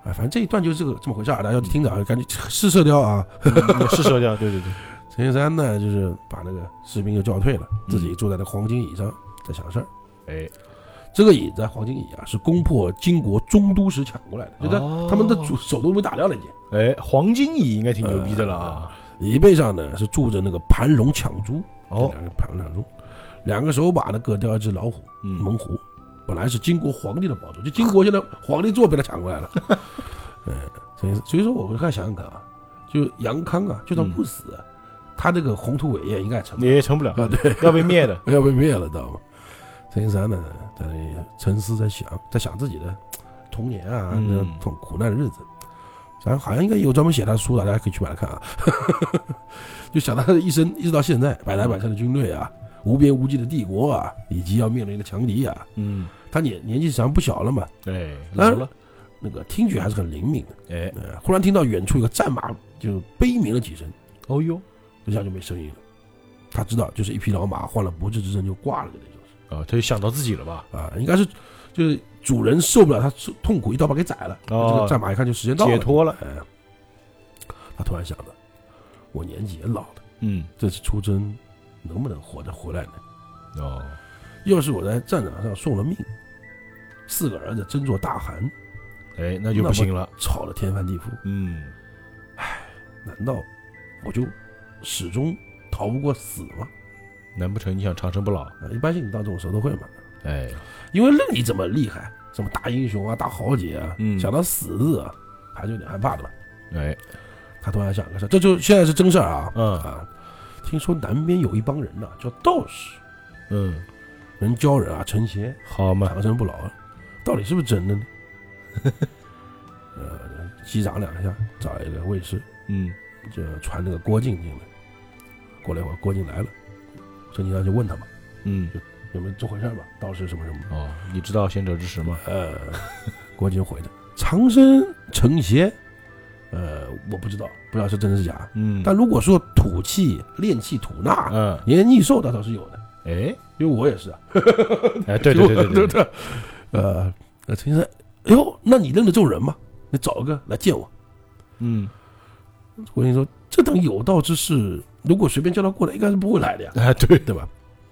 反正这一段就是这么回事啊，大家要听着啊，赶紧试射掉啊， 试射掉，对。 陈先山呢，就是把那个士兵就叫退了，自己坐在那黄金椅上在想事儿。这个椅子黄金椅啊，是攻破金国中都时抢过来的，就他们的首都被打掉了已经。 黄金椅应该挺牛逼的了啊。 椅背上呢是住着那个盘龙抢珠，盘龙抢珠，两个手把呢各叼一只老虎，猛虎，本来是金国皇帝的宝座，就金国现在皇帝座被他抢过来了。所以说我们看想想看啊，就杨康啊，就算不死，他这个宏图伟业应该也成不了啊，对， 要被灭的， 要被灭了，知道吗？陈先山呢，在那里沉思，在想自己的童年啊，那种苦难的日子。咱好像应该有专门写他的书，大家可以去买来看啊。就想他的一生，一直到现在，百战百胜的军队啊，无边无际的帝国啊，以及要面临的强敌啊。他年纪实际上不小了嘛， 老了， 那个听觉还是很灵敏的。忽然听到远处有个战马就悲鸣了几声， 哦哟， 一下就没声音了。他知道就是一匹老马患了不治之症就挂了的那种。 他就想到自己了吧？ 应该是就是主人受不了他痛苦，一刀把给宰了。这个战马一看就时间到了， 解脱了。 他突然想到，我年纪也老了，这次出征能不能活着回来呢？要是我在战场上送了命，4个儿子争做大汗， 那就不行了， 吵得天翻地覆。难道我就始终逃不过死吗？ 难不成你想长生不老？ 一般性到这种时候都会嘛。因为任你怎么厉害，什么大英雄啊、大豪杰啊，想到死字啊，还是有点害怕的吧。他突然想个事，这就现在是真事儿啊。听说南边有一帮人呐，叫道士，能教人啊成邪， 好嘛， 长生不老，到底是不是真的呢？击掌2下，找一个卫士，就传那个郭靖进来。过了一会儿，郭靖来了，陈金山就问他嘛，有没有这回事吧？道士什么什么？ 你知道贤者之石吗？ 郭靖回的长生成邪，我不知道是真是假。但如果说吐气、炼气、吐纳，延年益寿，倒是有的。因为我也是啊。 对。 陈先生，哎呦，那你认得这种人吗？你找一个来见我。郭靖说，这等有道之士，如果随便叫他过来，应该是不会来的呀。对吧？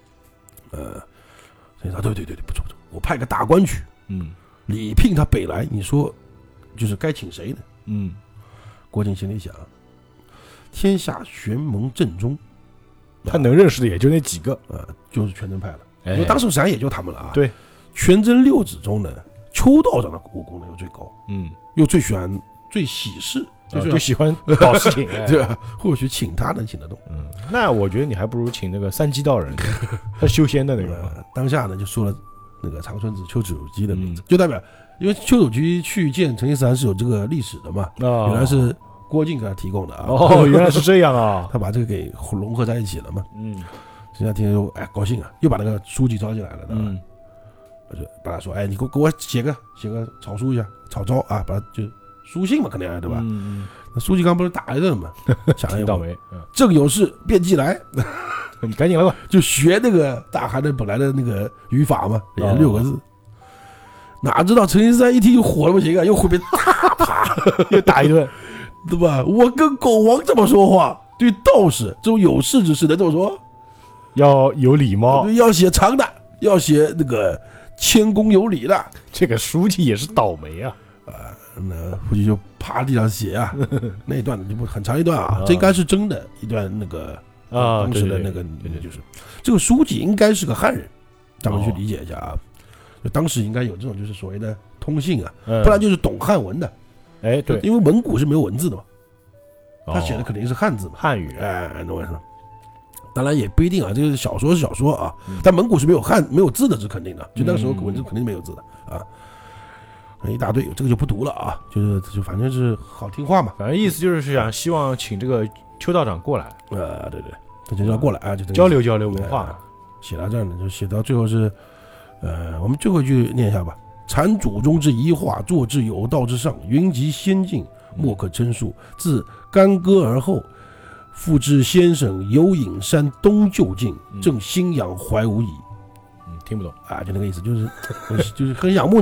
陈先生，对，不错，我派个大官去，礼聘他北来，你说就是该请谁呢？郭靖心里想，天下玄蒙正宗， 他能认识的也就那几个， 就是全真派了。因为当时实际上也就他们了啊。 对， 全真6子中呢，邱道长的武功呢又最高，又最喜欢最喜事， 就喜欢搞事情， 对吧？或许请他能请得动。 那我觉得你还不如请那个三鸡道人，他修仙的那个。 当下呢就说了那个长春子丘处机的名字，就代表因为丘处机去见成吉思汗是有这个历史的嘛，原来是郭靖给他提供的啊。 原来是这样啊， 他把这个给融合在一起了嘛。人家听说高兴啊，又把那个书记招进来了，我就把他说，你给我写个草书一下，草招啊，把他就书信嘛，肯定对吧？那书记刚不是打一顿嘛，想了一倒霉， 正有事便即来， 你赶紧来吧， 就学那个大汗的本来的那个语法嘛，也6个字。哪知道成吉思汗一听就火了不行啊，又回边啪又打一顿， 对吧？我跟狗王这么说话，对道士这种有事之士能这么说？ 要有礼貌， 要写长的，要写那个谦恭有礼的。 这个书记也是倒霉啊！ 那书记就趴地上写啊，那一段就不很长一段啊，这应该是真的一段那个当时的那个就是这个书记应该是个汉人，咱们去理解一下啊。就当时应该有这种就是所谓的通信啊，不然就是懂汉文的。 对， 因为蒙古是没有文字的嘛，他写的肯定是汉字嘛， 汉语。 懂我意思吗？当然也不一定啊，这个小说是小说啊，但蒙古是没有字的，是肯定的。就那个时候文字肯定没有字的啊，一大堆，这个就不读了啊，就反正是好听话嘛， 反正意思就是希望请这个邱道长过来， 对，他就要过来啊，就交流文化。 写到这儿呢，就写到最后是，我们最后一句念一下吧。阐祖宗之遗化，坐至有道之上，云集仙境，莫可称数。自干戈而后，复至先生游隐山东就近，正心仰怀吾矣。 听不懂啊，就那个意思，就是很仰慕你，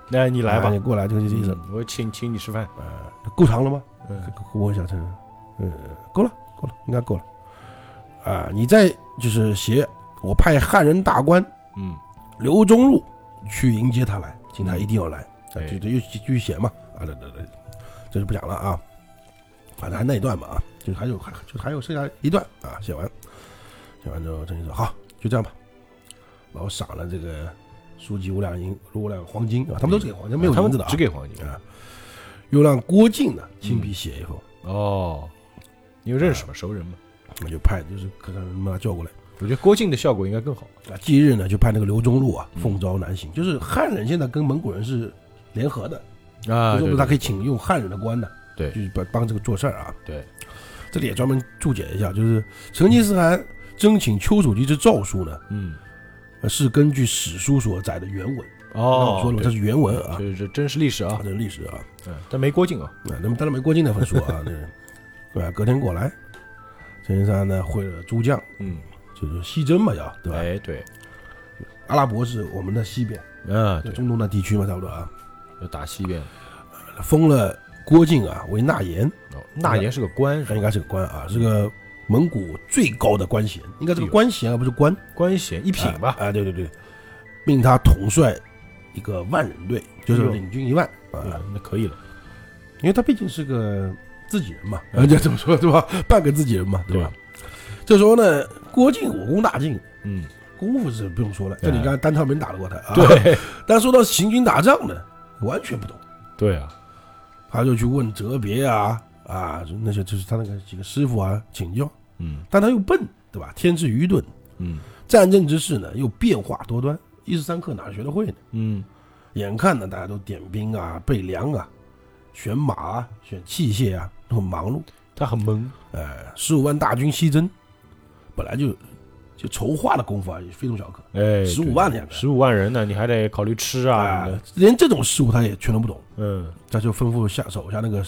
那你来吧， 你过来，这个意思。 我请你吃饭。 够长了吗？问一下陈人。够了，应该够了。你再就是写我派汉人大官，刘忠禄去迎接他来，请他一定要来。就继续写嘛。对，这就不讲了啊。反正还那一段嘛啊，就还有剩下一段啊，写完之后，陈毅说好，就这样吧。然后赏了这个书记5两银，5两黄金啊，他们都是给黄金，没有银子的啊， 只给黄金啊。又让郭靖呢亲笔写一封。 你有认识吗？熟人吗？ 那就派就是可能把他叫过来。 我觉得郭靖的效果应该更好啊。即日呢，就派那个刘忠禄啊，奉诏南行。就是汉人现在跟蒙古人是联合的啊， 就是他可以请用汉人的官的， 对， 就是帮这个做事儿啊。 对， 这里也专门注解一下，就是成吉思汗征请丘处机之诏书呢，是根据史书所载的原文。我说了，这是原文啊， 这真实历史啊， 这是历史啊。 但没郭靖啊， 那么当然没郭靖那份书啊。对吧？隔天过来，成吉思汗呢会了诸将，就是西征嘛，对吧？ 对， 阿拉伯是我们的西边，中东的地区嘛，差不多啊， 要打西边， 封了郭靖啊为纳言。 纳言是个官， 应该是个官啊，是个蒙古最高的官衔，应该是个官衔而不是官衔一品吧？ 对，命他统帅一个10000人队，就是领军1万那可以了， 因为他毕竟是个自己人嘛，人家怎么说对吧？半个自己人嘛，对吧？这时候呢，郭靖武功大进，功夫是不用说了，这你刚才单挑没打得过他啊。 对， 但说到行军打仗呢，完全不懂。 对啊， 他就去问哲别那些就是他那个几个师傅啊请教，但他又笨，对吧？天资愚钝，战阵之事呢又变化多端，一时三刻哪学得会呢？眼看呢大家都点兵啊、备粮啊、选马啊、选器械啊，都很忙碌， 他很懵。 15万大军西征，本来就筹划的功夫啊，也非同小可。15万人 ，15万人呢，你还得考虑吃啊， 连这种事务他也全都不懂。他就吩咐手下那个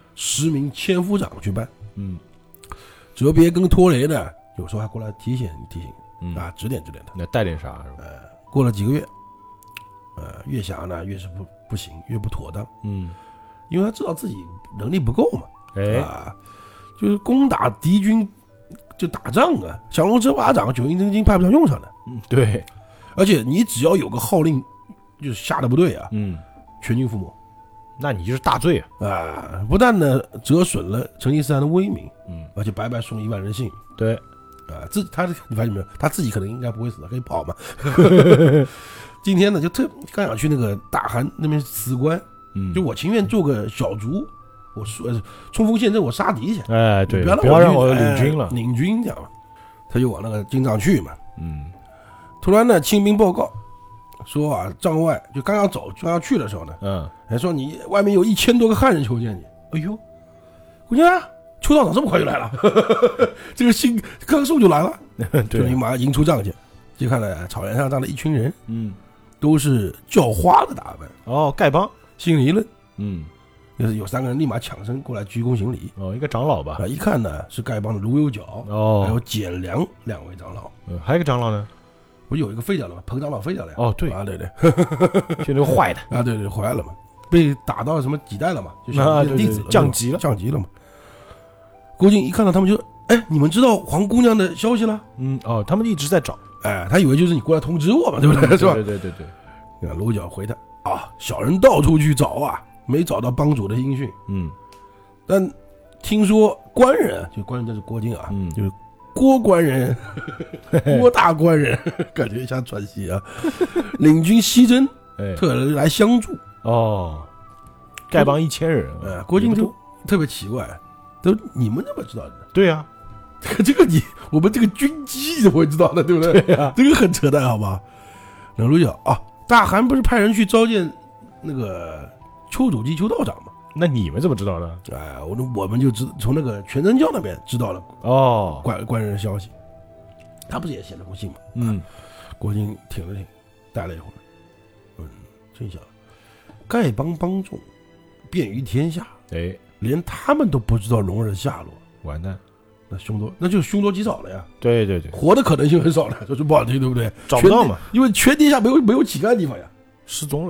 10名千夫长去办。哲别跟托雷呢，有时候还过来提醒指点他。 那带点啥？ 过了几个月，越想呢越是不行，越不妥当。因为他知道自己能力不够嘛。就是攻打敌军就打仗啊，降龙十八掌、九阴真经派不上用场的。 对， 而且你只要有个号令，就是下的不对啊，全军覆没， 那你就是大罪啊！不但呢折损了成吉思汗的威名，而且白白送1万人性命。 对， 你发现没有？他自己可能应该不会死，可以跑嘛。今天呢，就刚想去那个大汗那边辞官，就我情愿做个小卒。我冲锋陷阵，我杀敌去。 对，不要让我领军了。 领军这样，他就往那个京藏去嘛。突然呢，清兵报告说啊，帐外就刚要去的时候呢，还说你外面有1000多个汉人求见你。哎呦，姑娘，邱道长这么快就来了，这个信刚送就来了。对，你马上迎出帐去，就看了草原上站了一群人，都是叫花的打扮。 丐帮， 心里一愣，就是有3个人立马抢身过来鞠躬行礼。 一个长老吧。 一看呢是丐帮的卢有角，还有简良2位长老。 还有一个长老呢？ 不有一个废掉了吗？彭长老废掉了呀。 对对， 就那个坏的对，坏了嘛，被打到什么几代了嘛，就弟子降级了嘛。郭靖一看到他们就，你们知道黄姑娘的消息了？ 他们一直在找。 他以为就是你过来通知我嘛，对不对？是吧？ 对。 卢角回他小人到处去找啊，没找到帮主的音讯。但听说官人，就官人就是郭靖啊，就是郭官人，郭大官人，感觉像传奇啊，领军西征，特来相助。 丐帮1000人， 郭靖就特别奇怪，都你们怎么知道的？ 对呀， 这个我们这个军机你怎么会知道的？对不对？ 对呀， 这个很扯淡，好吧？冷如角大汗不是派人去召见那个丘处机丘道长吗？ 那你们怎么知道的？ 我们就从那个全真教那边知道了官人的消息。他不是也写了封信吗？郭靖挺了挺，待了一会儿，心想丐帮帮众遍于天下，连他们都不知道龙儿的下落， 完蛋， 那就凶多吉少了呀。 对， 活的可能性很少了，说句不好听，对不对？ 找不到嘛， 因为全天下没有乞丐的地方呀， 失踪了都。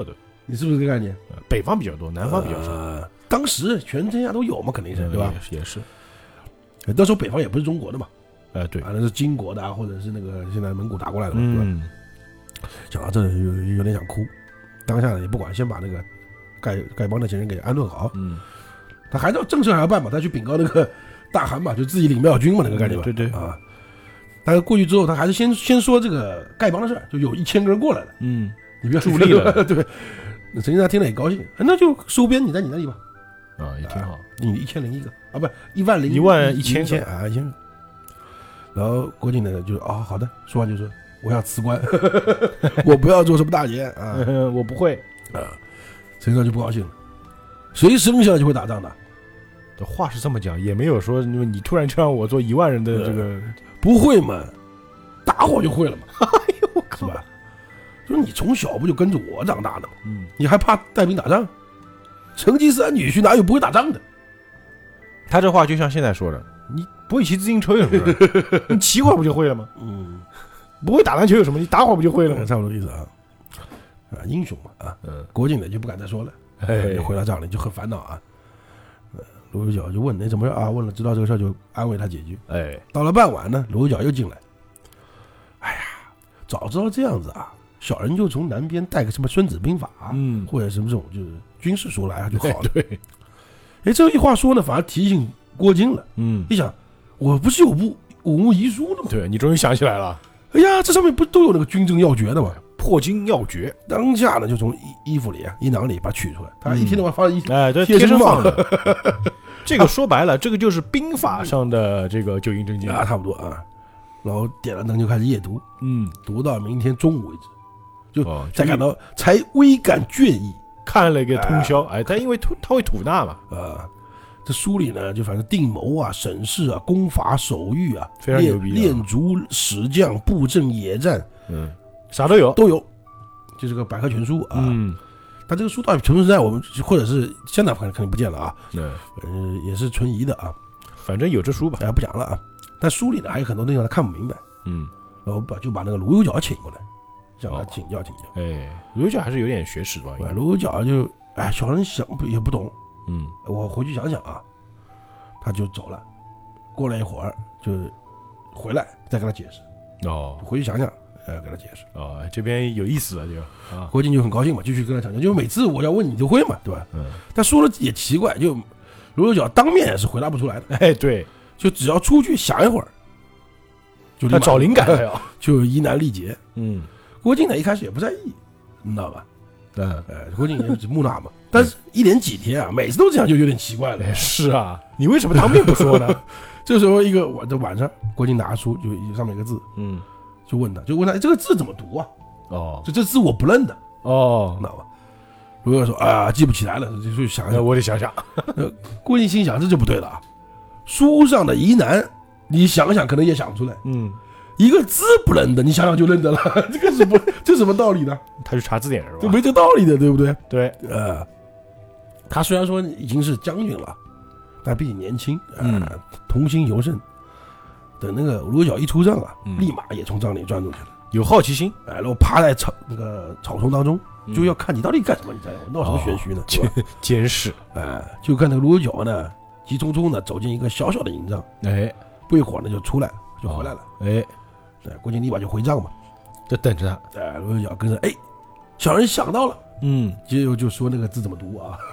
你是不是这个概念？ 北方比较多，南方比较少。 当时全天下都有嘛，肯定是对吧？ 也是。 那时候北方也不是中国的嘛， 对， 那是金国的或者是那个现在蒙古打过来的嘛，对吧？讲到这有点想哭。当下呢也不管，先把那个丐帮那些人给安顿好。他还要正事还要办嘛，他去禀告那个大汗嘛，就自己领庙军嘛，那个概念嘛。 对啊。但是过去之后，他还是先说这个丐帮的事儿，就有1000个人过来了。你不要助力了。 对。那陈金山听了也高兴，那就收编你在你那里吧。 也挺好。 你1001个啊，不11000 11000 啊，1000个。然后郭靖呢就好的，说完就说我要辞官，我不要做什么大爷啊， 我不会啊。陈金山就不高兴了，谁生下来就会打仗的？ 这话是这么讲，也没有说你突然就让我做1万人的这个， 不会嘛，打火就会了嘛。 哎呦， 是吧？就是你从小不就跟着我长大的吗？你还怕带兵打仗？成吉思汗女婿哪有不会打仗的？ 他这话就像现在说的，你不会骑自行车有什么事？你骑会儿不就会了吗？不会打篮球有什么？你打会儿不就会了吗？ 差不多意思啊。英雄嘛啊。郭靖呢就不敢再说了，就回到帐里就很烦恼啊。卢有角就问你怎么样啊？问了知道这个事儿就安慰他几句。到了傍晚呢，卢有角又进来。哎呀，早知道这样子啊，小人就从南边带个什么《孙子兵法》或者什么这种就是军事书来就好了。对。这一话说呢，反而提醒郭靖了。一想，我不是有部武穆遗书的吗？ 对，你终于想起来了。 哎呀，这上面不都有那个军政要诀的吗？ 破军要诀。 当下呢，就从衣服里衣囊里把它取出来，他一天到晚放在对，贴身放的。这个说白了，这个就是兵法上的这个九阴真经啊，差不多啊。然后点了灯就开始夜读，读到明天中午为止，就才感到才微感倦意， 看了一个通宵。他因为他会吐纳嘛， 这书里呢，就反正定谋啊、审视啊、攻伐、守御啊， 非常牛逼， 练卒、使将、布阵、野战， 啥都有， 就是个百科全书啊。但这个书到底存不存在我们或者是现在肯定不见了啊。也是存疑的啊。 反正有这书吧， 不讲了啊。但书里呢还有很多内容他看不明白。然后就把那个卢有角请过来，让他请教。 卢有角还是有点学识吧。 卢有角就小人想也不懂。我回去想想啊。他就走了。过了一会儿就回来再跟他解释。回去想想。跟他解释这边有意思了就郭靖就很高兴嘛，继续跟他讲，就每次我要问你就会嘛，对吧？但说了也奇怪，就卢有角当面也是回答不出来的。 对， 就只要出去想一会儿，就他找灵感了呀， 就疑难历解。郭靖呢一开始也不在意，你知道吧？郭靖也是木讷嘛，但是一连几天啊，每次都这样就有点奇怪了。 是啊，你为什么当面不说呢？ 这时候晚上，郭靖拿书就上面一个字，就问他这个字怎么读啊？这字我不认的。知道吧？卢有说记不起来了，就想想， 我得想想。 郭靖心想这就不对了啊，书上的疑难，你想想可能也想不出来。一个字不认的，你想想就认得了，这什么道理呢？ 他去查字典是吧？ 这没这道理的，对不对？ 对。 他虽然说已经是将军了，但毕竟年轻，童心尤甚。等那个卢有角一出帐啊，立马也从帐里钻出去了， 有好奇心， 然后趴在草丛当中，就要看你到底干什么，你在闹什么玄虚呢？ 监视， 就看那个卢有角呢，急匆匆的走进一个小小的营帐，不一会儿呢就出来就回来了，郭靖立马就回帐嘛， 就等着他， 卢有角跟着，小人想到了，接着就说那个字怎么读啊？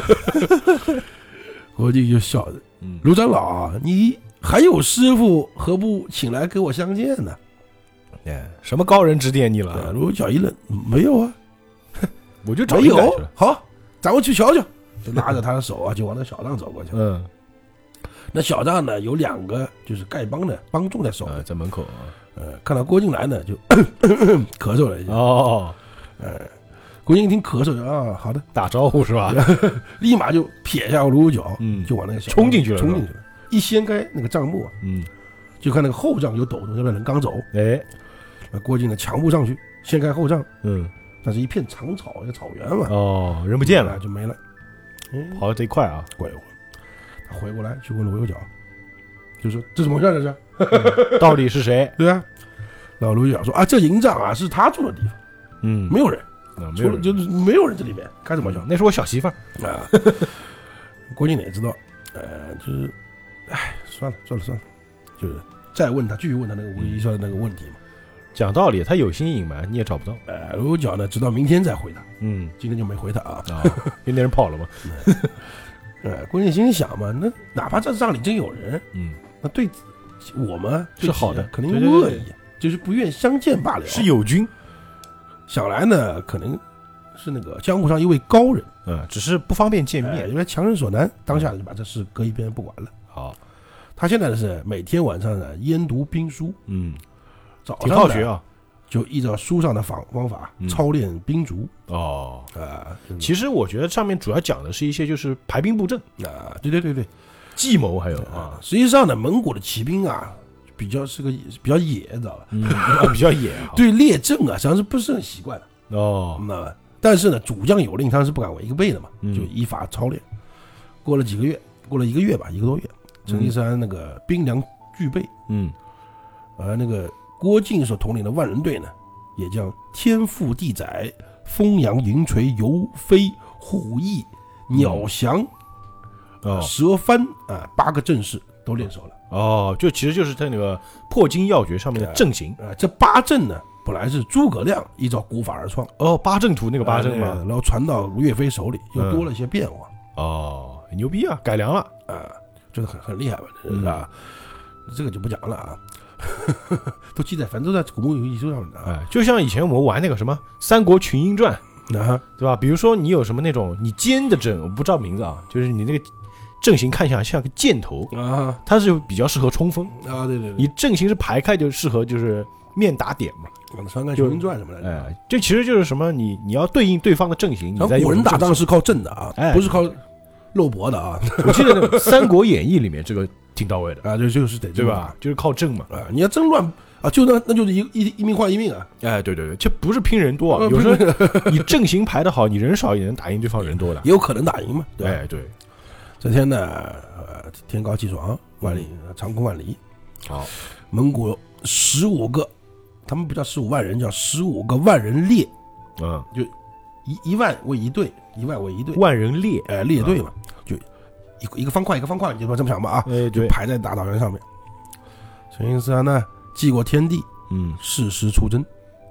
郭靖就笑着，卢长老啊，你还有师傅，何不请来给我相见呢？ 什么高人指点你了？ 卢有角一愣，没有啊， 我就找你来去了。 好，咱们去瞧瞧。就拉着他的手啊，就往那小帐走过去。那小帐呢有2个就是丐帮的帮众在守， 在门口看到郭靖来呢，就咳嗽了一下。郭靖一听咳嗽啊，好的， 打招呼是吧？ 立马就撇下卢有角，就往那个小冲进去了。 一掀开那个帐幕，就看那个后帐有斗篷，那边人刚走，郭靖呢强步上去，掀开后帐，但是一片长草，一个草原嘛， 人不见了， 就没了， 跑到这一块啊， 过一会儿，他回过来去问卢有角，就说这怎么回事？这是到底是谁？ 对啊，然后卢有角说这营帐啊是他住的地方，没有人， 除了就是没有人在里面，开什么玩笑？ 那是我小媳妇儿啊。郭靖也知道，就是，算了，就是再问他，继续问他那个吴一说的那个问题嘛。 讲道理，他有心隐瞒，你也找不到。 刘角呢，直到明天再回他。今天就没回他啊， 因为那人跑了嘛。 郭靖心里想嘛，那哪怕这仗里真有人，那对我们是好的， 肯定恶意，就是不愿相见罢了。 是友军， 想来呢，可能是那个江湖上一位高人， 只是不方便见面， 因为强人所难，当下就把这事搁一边不管了。 好， 他现在是每天晚上呢研读兵书，早上挺好学啊， 就依照书上的方法操练兵卒。 其实我觉得上面主要讲的是一些就是排兵布阵对， 计谋还有实际上呢，蒙古的骑兵啊，比较野，知道吧？ 比较野， 对列阵啊，实际上是不是很习惯的那但是呢，主将有令，他是不敢违背的嘛，就依法操练。过了1个月吧，1个多月，成吉思汗那个兵粮俱备，而那个郭靖所统领的万人队呢，也将天赋地载、风扬云垂、游飞、虎翼、鸟翔、蛇翻8个阵势都练熟了。 就其实就是他那个破金要诀上面的阵型。 这8阵呢，本来是诸葛亮依照古法而创。 八阵图那个8阵嘛， 然后传到岳飞手里，又多了一些变化。 牛逼啊，改良了就是很厉害吧，是吧？这个就不讲了啊。都记载，反正都在古墓遗书上的就像以前我们玩那个什么《三国群英传》对吧？比如说你有什么那种你尖的阵，我不知道名字啊，就是你那个阵型看起来像个箭头它是比较适合冲锋对， 你阵型是排开就适合就是面打点嘛。 《三国群英传》什么的， 这其实就是什么你要对应对方的阵型。你在古人打仗是靠阵的啊，不是靠肉搏的啊。 我记得那个《三国演义》里面这个挺到位的就是得对吧？就是靠阵嘛你要真乱就那就是一命换一命啊！ 对，这不是拼人多啊，有时候你阵型排得好，你人少也能打赢对方人多的， 也有可能打赢嘛。 对， 这天呢，天高气爽，长空万里。 好， 蒙古15个，他们不叫15万人，叫15个万人列。就1万为一队，1万为一队， 万人列， 列队嘛，就一个方块，你就这么想吧就排在大草原上面。成吉思汗呢，记过天地，誓师出征，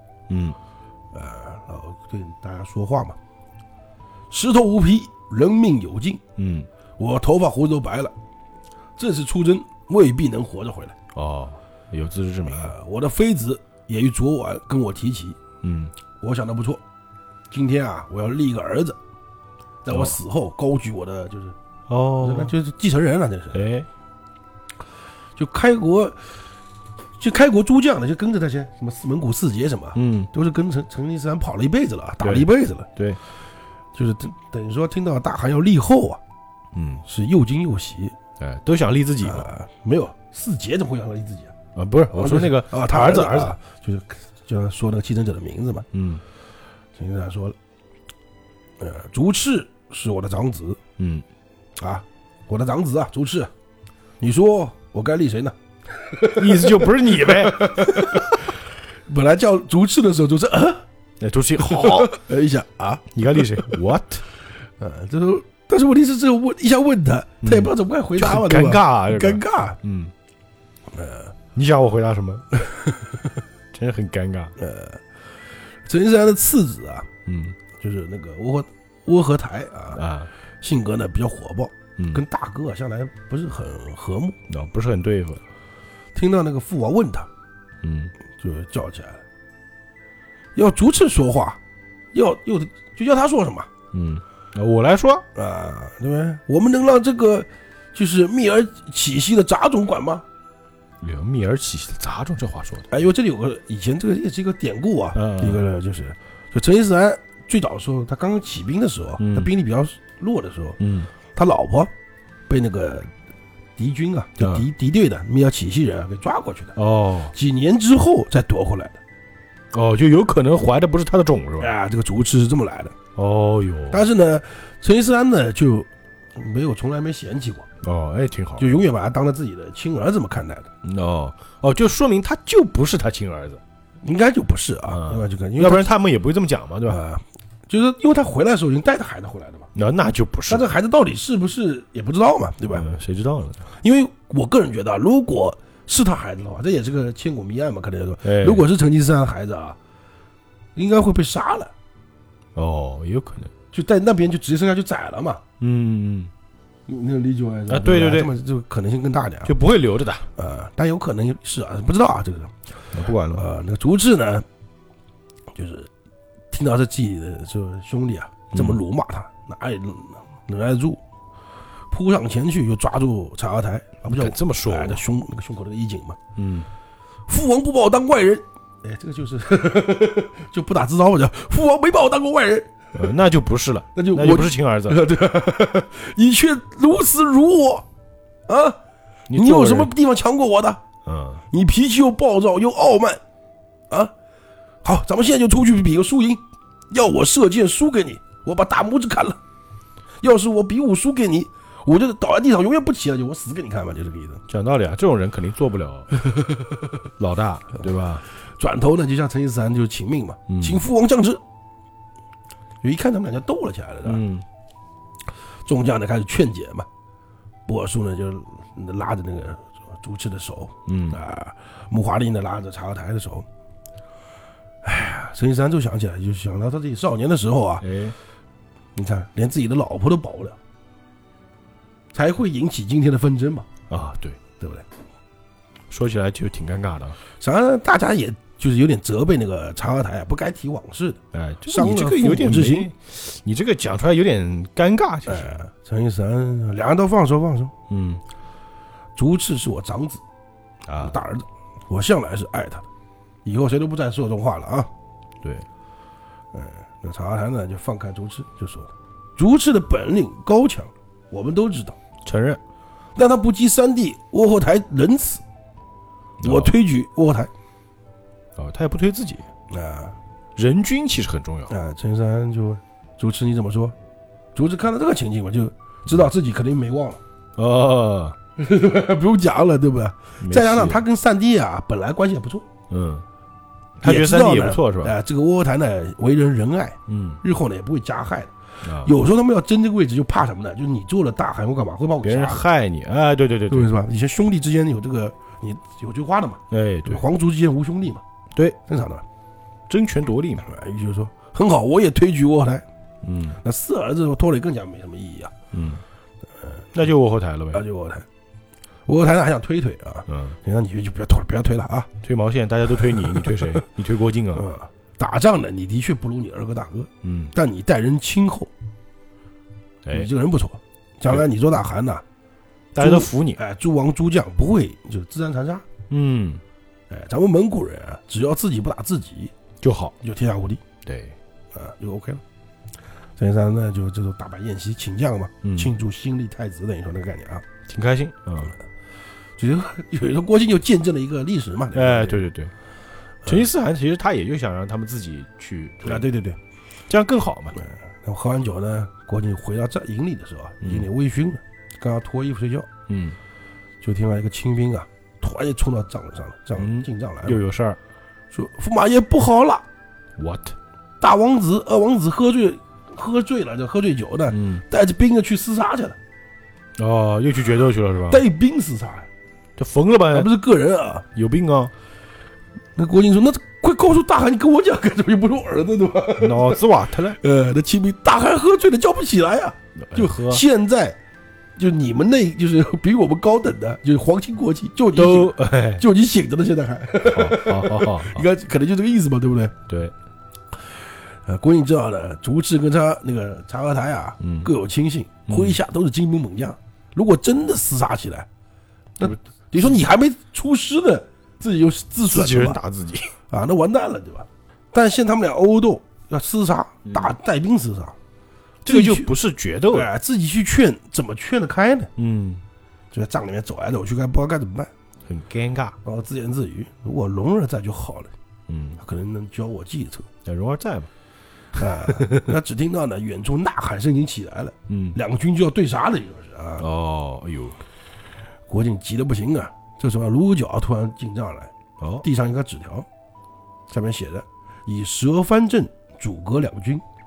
然后对大家说话嘛，石头无皮，人命有尽，我头发胡子都白了，这次出征未必能活着回来。 有自知之明。 我的妃子也于昨晚跟我提起，我想的不错，今天我要立一个儿子，在我死后高举我的就是继承人了，这是。就开国诸将呢，就跟着那些什么蒙古四杰什么，都是跟成吉思汗跑了一辈子了，打了一辈子了。 对， 就是等于说听到大汗要立后是又惊又喜， 都想立自己没有四杰怎么会想立自己不是，我说那个他儿子就是说那个继承者的名字嘛。成吉思汗说了，竹赤是我的长子，我的长子竹赤，你说我该立谁呢？ 意思就不是你呗。 本来叫竹赤的时候就是竹赤好一下你该立谁 ？What？ 但是问题是这个一下问他也不知道怎么该回答嘛， 尴尬尴尬。 你想我回答什么？真的很尴尬。 成吉思汗的次子就是那个窝和台性格呢比较火爆，跟大哥向来不是很和睦， 不是很对付。 听到那个父王问他，就叫起来了，要竹赤说话，就要他说什么？ 我来说对不对？我们能让这个就是密而起兮的杂种管吗？ 密而起兮的杂种，这话说的。 因为这里有个以前这个也是一个典故一个就成吉思汗最早的时候，他刚刚起兵的时候，他兵力比较弱的时候，他老婆被那个敌军就敌对的密尔起兮人给抓过去的。几年之后再夺回来的。 就有可能怀的不是他的种是吧？ 这个竹赤是这么来的。 哟， 但是呢，成吉思汗呢就从来没嫌弃过。 挺好， 就永远把他当了自己的亲儿子么看待的。 就说明他就不是他亲儿子， 应该就不是要不然他们也不会这么讲嘛，对吧？ 就是因为他回来的时候已经带着孩子回来的嘛， 那就不是。 但这孩子到底是不是也不知道嘛，对吧？ 谁知道呢？ 因为我个人觉得，如果是他孩子的话，这也是个千古谜案嘛，可能说，如果是成吉思汗的孩子啊，应该会被杀了。 哦，有可能就在那边就直接生下去宰了嘛。你能理解吗？ 对对对， 这么就可能性更大点， 就不会留着的。 但有可能是啊，不知道啊，这个不管了。 那个竹赤呢，就是听到这自己的这兄弟啊这么辱骂他，哪里能耐得住？扑上前去就抓住察合台，不叫这么说， 那个胸口那个衣襟嘛。父王不把我当外人，这个就是就不打自招，我叫父王没把我当过外人。 那就不是了，那就不是亲儿子。 对，你却如此辱我啊！你有什么地方强过我的？你脾气又暴躁又傲慢啊！好，咱们现在就出去比个输赢。要我射箭输给你，我把大拇指砍了；要是我比武输给你，我就倒在地上永远不起来，就我死给你看吧，就这个意思。 讲道理啊，这种人肯定做不了老大，对吧？ 转头呢，就像成吉思汗就请命嘛，请父王降旨。就一看他们俩就斗了起来了，众将呢开始劝解嘛，博尔术呢就拉着那个竹赤的手，木华令呢拉着察合台的手。哎呀，成吉思汗就想起来，就想到他自己少年的时候啊，你看连自己的老婆都保不了，才会引起今天的纷争嘛。 对不对？ 说起来就挺尴尬的。 实际上大家也就是有点责备那个察合台不该提往事的， 你这个有点之心， 你这个讲出来有点尴尬，就是。 成吉思汗两人都放手。竹赤是我长子大儿子，我向来是爱他的，以后谁都不再说这种话了啊。 对， 那察合台呢就放开竹赤，就说了，竹赤的本领高强，我们都知道， 承认， 但他不及三弟窝阔台仁慈，我推举窝阔台。 他也不推自己人均其实很重要成吉思汗就竹赤你怎么说？竹赤看到这个情景嘛，就知道自己肯定没忘了不用讲了，对不对？再加上他跟三弟啊本来关系也不错， 他觉得三弟也不错是吧？ 这个窝阔台呢为人仁爱，日后呢也不会加害的。有时候他们要争这个位置就怕什么呢？就是你做了大汗或干嘛会把我别人害你对是吧？以前兄弟之间有这个你有句话的嘛， 对， 皇族之间无兄弟嘛，对，正常的， 争权夺利嘛。 也就是说很好，我也推举窝阔台。那四儿子拖累更加没什么意义啊。 那就窝阔台了呗。 那就窝阔台，窝阔台呢还想推啊。你看你就不要推了啊， 推毛线，大家都推你，你推谁？你推郭靖啊。 打仗呢，你的确不如你二哥大哥，但你待人亲厚，你这个人不错，将来你做大汗呐， 大家都服你。 诸王诸将不会就自相残杀。咱们蒙古人啊，只要自己不打自己就好， 就天下无敌。 对， 就 OK 了。成吉思汗呢，就这种大摆宴席请将嘛，庆祝新立太子，等于说那个概念啊， 挺开心。 就是有时候郭靖就见证了一个历史嘛。 对。成吉思汗其实他也就想让他们自己去对， 这样更好嘛。 然后喝完酒呢，郭靖回到营里的时候，已经有点微醺了，刚要脱衣服睡觉，就听到一个清兵啊，突然间冲到帐上了，进帐来了， 又有事儿， 说驸马爷不好了 ，what？ 大王子、二王子喝醉了，就喝醉酒的，带着兵去厮杀去了。 又去决斗去了是吧？ 带兵厮杀， 这疯了吧？ 还不是个人啊， 有病啊！ 那郭靖说：“那快告诉大汗，你跟我讲干什么？又不是我儿子，对吧？” 脑子瓦特了。 那清兵大汗喝醉了叫不起来啊，就现在就你们那就是比我们高等的，就是皇亲国戚，就你醒着呢，现在还好， 应该可能就这个意思吧，对不对？ 对。 郭靖知道了，竹赤跟他那个察合台啊，各有亲信，麾下都是精兵猛将。如果真的厮杀起来，那你说你还没出师呢，自己就自己人打自己啊，那完蛋了，对吧？但现在他们俩殴斗，要厮杀，带兵厮杀， 这个就不是决斗了，自己去劝，怎么劝得开呢？就在帐里面走来走去，不知道该怎么办， 很尴尬。 然后自言自语：“如果龙儿在就好了，他可能能教我计策。” 龙儿在嘛？ 那只听到呢，远处呐喊声已经起来了，两个军就要对杀了，就是啊。 哎呦， 郭靖急得不行啊！这时候卢角突然进帐来，地上一个纸条，上面写着：“以蛇翻阵阻隔两军，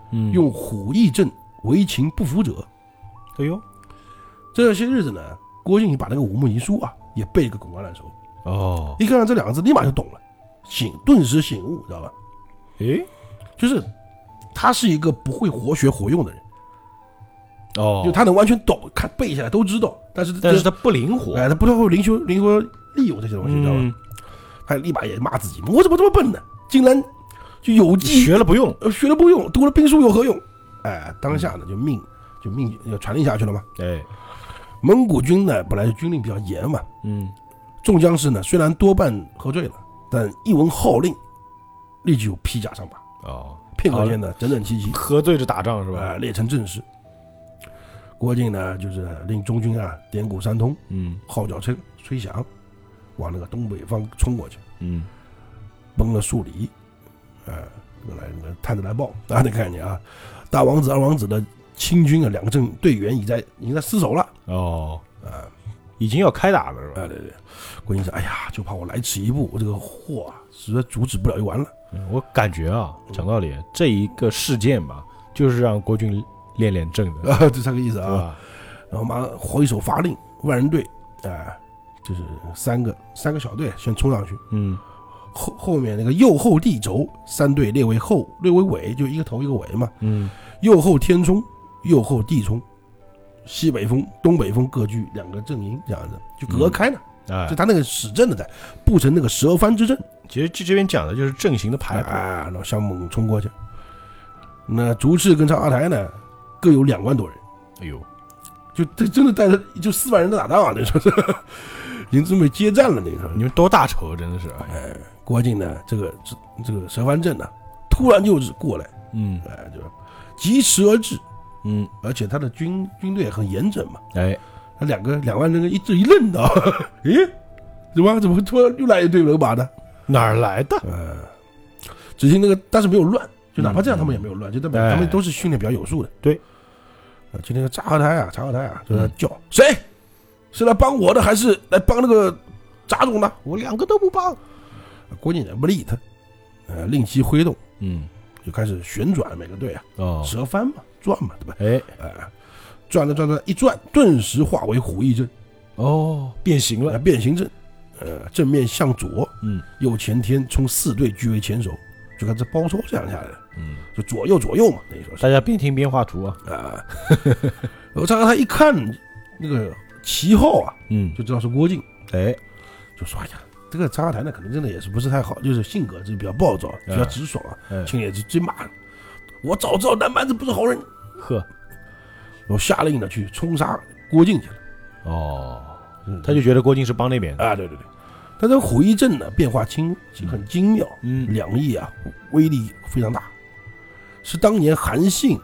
用虎翼阵为擒不服者。 哎呦， 这些日子呢，郭靖把那个五木遗书啊也背个滚瓜烂熟。 哦， 一看到这两个字，立马就懂了，顿时醒悟，知道吧？ 诶， 就是他是一个不会活学活用的人。 哦， 就他能完全懂，看背下来都知道，但是他不灵活， 他不太会灵活利用这些东西，知道吧？他立马也骂自己，我怎么这么笨呢？竟然就有计学了不用， 读了兵书有何用？当下呢就命要传令下去了嘛。蒙古军呢本来军令比较严嘛，众将士呢虽然多半喝醉了，但一闻号令，立即有披甲上马。片刻间呢整整齐齐， 喝醉着打仗是吧？ 列成阵势。郭靖呢，就是令中军啊点鼓三通，号角吹响，往那个东北方冲过去，崩了数里，来探子来报，大家得看见啊，大王子、二王子的清军啊，两个队员已经在失守了， 已经要开打了是吧？ 对，郭靖说，哎呀，就怕我来迟一步，我这个祸啊，实在阻止不了就完了。 我感觉啊，讲道理，这一个事件吧，就是让郭靖练练阵的就这个意思啊。然后马上挥手发令，万人队就是三个小队先冲上去，后面那个右后地轴三队列为尾，就一个头一个尾嘛，右后天冲，右后地冲，西北风东北风各据两个阵营，这样子就隔开了。就他那个史阵的在布成那个蛇帆之阵， 其实这边讲的就是阵型的排布然后向猛冲过去。那竹赤跟长阿台呢各有2万多人， 哎呦， 就真的带着就4万人的打仗啊，那说是已经准备接战了，那时候你们多大仇，真的是。 郭靖呢这个蛇帆阵呢突然就是过来，就疾驰而至，而且他的军队很严整嘛，他2万人一愣的，怎么突然又来一队人马呢？ 哪儿来的？ 只听那个，但是没有乱，就哪怕这样他们也没有乱，就代表他们都是训练比较有素的。 对， 就那个察合台啊，就在叫谁？是来帮我的还是来帮那个杂种的？ 我2个都不帮。 郭靖也不理他，令其挥动，就开始旋转每个队啊，蛇帆嘛，转嘛，对吧？转了一转，顿时化为虎翼阵， 变形了， 变形阵，正面向左，右前天冲4队居为前手，就看这包抄这样下来了，就左右嘛，那时候大家边听边画图啊， 然后他一看那个旗号啊，就知道是郭靖，就说哎呀，这个察合台呢，可能真的也是不是太好，就是性格就是比较暴躁，比较直爽啊，青脸就追骂，我早知道南蛮子不是好人，然后下令呢去冲杀郭靖去了。 他就觉得郭靖是帮那边的对。但这个虎翼阵呢变化很精妙，两翼啊威力非常大，是当年韩信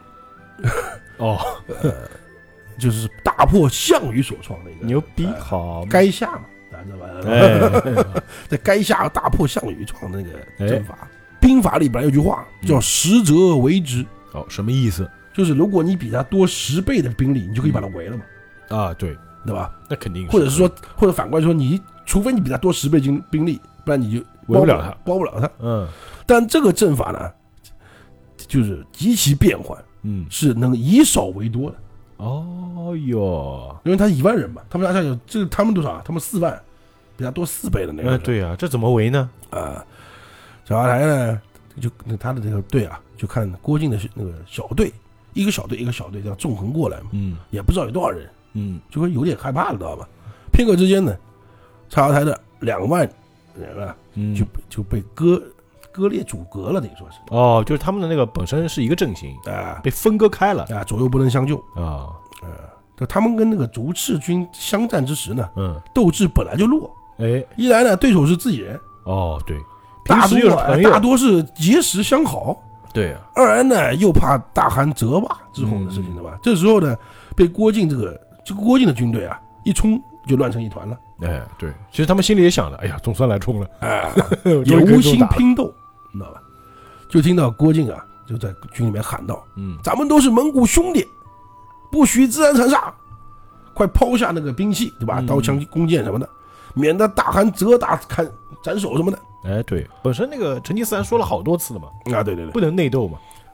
就是大破项羽所创的一个牛逼，好垓下嘛，大家知道吧？在垓下大破项羽创的那个阵法，兵法里本来有句话叫10折为之， 什么意思？ 就是如果你比他多10倍的兵力，你就可以把他围了嘛。对吧？ 那肯定是。 或者是说，或者反过来说，除非你比他多10倍兵力，不然你就围不了他， 包不了他。但这个阵法呢，就是极其变幻，是能以少为多的。因为他1万人嘛，他们家有他们多少？他们4万，比他多4倍的那个。 对啊，这怎么围呢？ 察合台呢，就他的这个队啊，就看郭靖的那个小队，一个小队这样纵横过来嘛，也不知道有多少人。就会有点害怕了，知道吧？片刻之间呢，察合台的2万人啊，就被割裂阻隔了，等于说是。 就是他们的那个本身是一个阵型被分割开了左右不能相救他们跟那个竹赤军相战之时呢，斗志本来就弱，一来呢对手是自己人， 对， 大多是结识相好， 对二来呢又怕大汗责骂之后的事情，对吧？这时候呢，被郭靖这个郭靖的军队啊一冲就乱成一团了。 对，其实他们心里也想着，哎呀，总算来冲了， 也无心拼斗，你知道吧？就听到郭靖啊就在军里面喊道：“咱们都是蒙古兄弟，不许自然残杀，快抛下那个兵器，对吧？刀枪弓箭什么的，免得大汗责打斩首什么的。” 对，本身那个成吉思汗说了好多次了嘛， 对， 不能内斗嘛。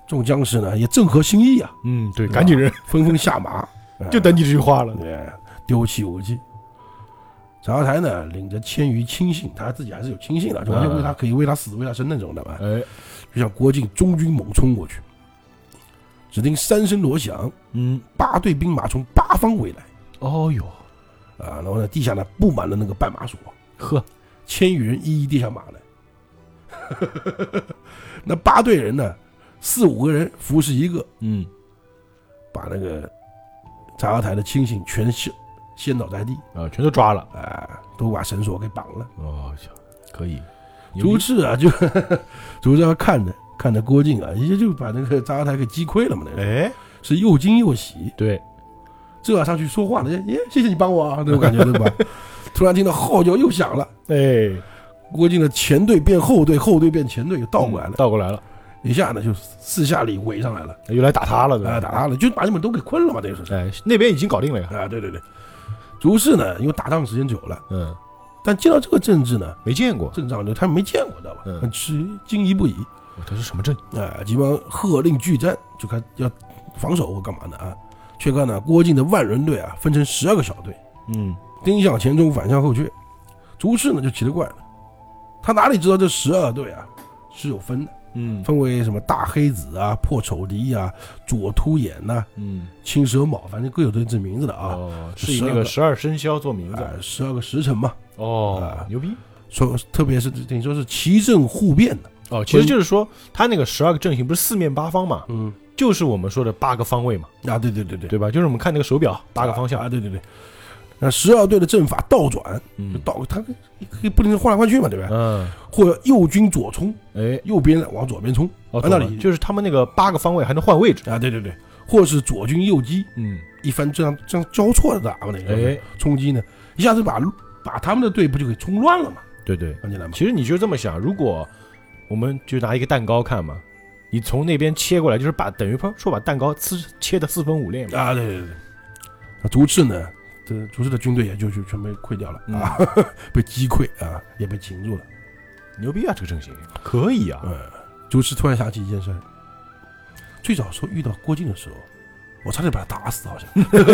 众将士呢也正合心意啊， 对，赶紧扔， 纷纷下马， 就等你这句话了。 对，丢弃武器。察合台呢，领着1000余亲信，他自己还是有亲信的，就完全为他可以为他死为他生那种的嘛。就向郭靖中军猛冲过去。只听3声锣响，8队兵马从8方围来。 哦哟， 然后呢，地下呢布满了那个绊马索， 呵 ，1000余人一一跌下马来。那8队人呢，4、5个人服侍一个，把那个察合台的亲信全掀倒在地啊，全都抓了， 都把绳索给绑了。 哦，可以。 朱赤啊，就朱赤看着郭靖啊，一下就把那个察合台给击溃了嘛。是又惊又喜。 对， 这上去说话了，谢谢你帮我啊，那种感觉对吧？突然听到号角又响了，郭靖的前队变后队，后队变前队，又倒过来了，一下呢就4下里围上来了， 又来打他了， 打他了，就把你们都给困了嘛，这个是。 那边已经搞定了呀。 对。朱氏呢，因为打仗时间久了，但见到这个阵势呢， 没见过， 阵仗他没见过，知道吧？很惊疑不已。 这是什么阵？ 急忙喝令拒战，就看要防守或干嘛的啊？却看呢，郭靖的万人队啊，分成12个小队，丁向前冲，反向后却。朱氏呢就奇了怪了，他哪里知道这12个队啊是有分的？分为什么大黑子啊、破丑狸啊、左突眼呐、青蛇卯，反正各有这名字的啊。 是以那个12生肖做名字 ，12个时辰嘛。 牛逼！ 说特别是等于说是奇阵互变的。 其实就是说他那个12个阵型不是4面8方嘛？就是我们说的8个方位嘛。对，对吧？就是我们看那个手表8个方向。 对。那12队的阵法倒转，他可以不停地换来换去嘛，对吧？或者右军左冲，右边往左边冲，那里就是他们那个8个方位还能换位置对，或是左军右击，一番这样交错的打嘛，那个冲击呢，一下子把他们的队不就给冲乱了嘛？ 对，其实你就这么想，如果我们就拿一个蛋糕看嘛，你从那边切过来，就是等于说把蛋糕切的4分5裂嘛。 对。那朱赤呢？朱赤的军队也就全被溃掉了被击溃啊，也被擒住了。 牛逼啊，这个阵型可以啊。 朱赤突然想起一件事，最早时候遇到郭靖的时候，我差点把他打死，好像。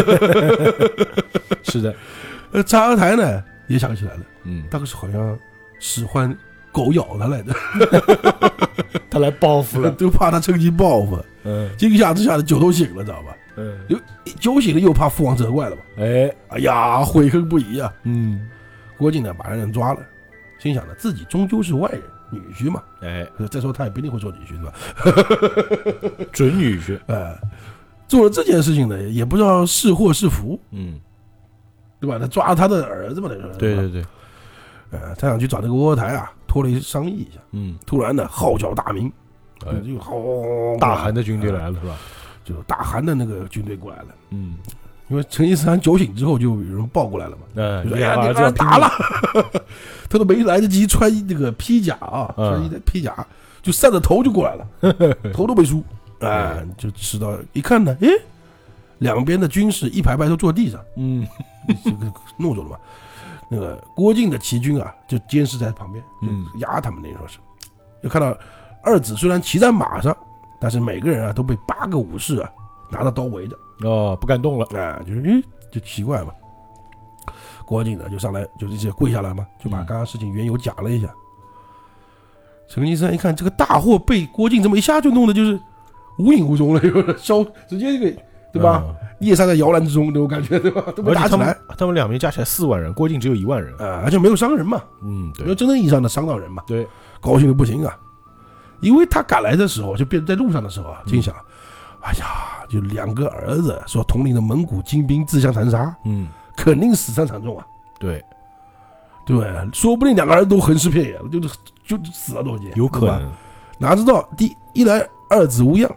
是的。 察合台呢也想起来了，当时好像使唤狗咬他来着， 他来报复了， 都怕他趁机报复。惊吓之下的酒都醒了，知道吧？酒醒了又怕父王责怪了嘛。哎呀，悔恨不已啊。郭靖呢把人抓了，心想呢自己终究是外人，女婿嘛。再说他也不一定会做女婿，是吧？准女婿。 做了这件事情呢，也不知道是祸是福。对吧？他抓他的儿子嘛，那个。 对。 他想去找那个窝台啊，托雷商议一下。突然呢，号角大鸣，就大韩的军队来了，是吧？ 就大韩的那个军队过来了。因为成吉思汗酒醒之后，就有人报过来了嘛。就说你儿子打了，他都没来得及穿那个披甲啊，穿一披甲就散着头就过来了，头都没梳。就知道一看呢，两边的军士一排排都坐地上，这个弄住了嘛。那个郭靖的骑军啊，就监视在旁边，就压他们，那说是。就看到二子虽然骑在马上，但是每个人啊都被8个武士啊拿着刀围着， 不敢动了。 就奇怪嘛。郭靖呢就上来就直接跪下来嘛，就把刚刚事情缘由讲了一下。成吉思汗一看这个大祸被郭靖这么一下就弄的就是无影无踪了，直接给对吧？夜杀在摇篮之中，那种感觉，对吧？都没打起来。 他们两边加起来4万人，郭靖只有1万人， 而且没有伤人嘛。 对， 没有真正意义上的伤到人嘛。 对， 高兴的不行啊！因为他赶来的时候，就在路上的时候啊，心想，哎呀，就2个儿子说统领的蒙古精兵自相残杀，肯定死伤惨重啊。 对， 说不定2个儿子都横尸遍野了，就死了都已经， 有可能。 哪知道一来二子无恙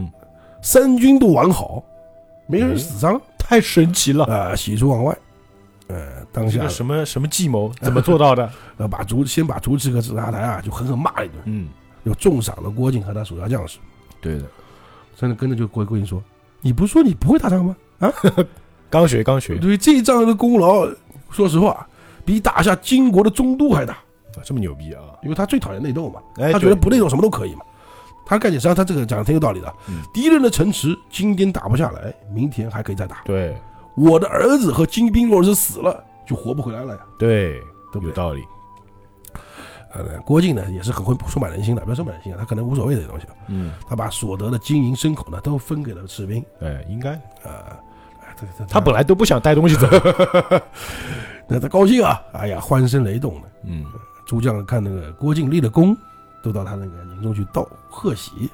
，3军都完好。没人死伤， 太神奇了喜出望外。当下什么计谋怎么做到的？ 先把朱赤和察合台啊就狠狠骂了一顿，又重赏了郭靖和他手下将士。 对的， 真的跟着就郭靖说：“你不是说你不会打仗吗？ 刚学。 对，这一仗的功劳，说实话，比打下金国的中都还大。 这么牛逼啊！ 因为他最讨厌内斗嘛，他觉得不内斗什么都可以嘛。 他概念实际上他这个讲的挺有道理的。敌人的城池今天打不下来，明天还可以再打。 对， 我的儿子和金兵若是死了，就活不回来了呀。 对， 对不对？ 有道理。 郭靖呢也是很会收买人心的，不要收买人心啊，他可能无所谓的东西。他把所得的金银牲口呢都分给了士兵。 应该他本来都不想带东西走， 那他高兴啊，哎呀，欢声雷动的。诸将看那个郭靖立了功，都到他那个营中去贺喜。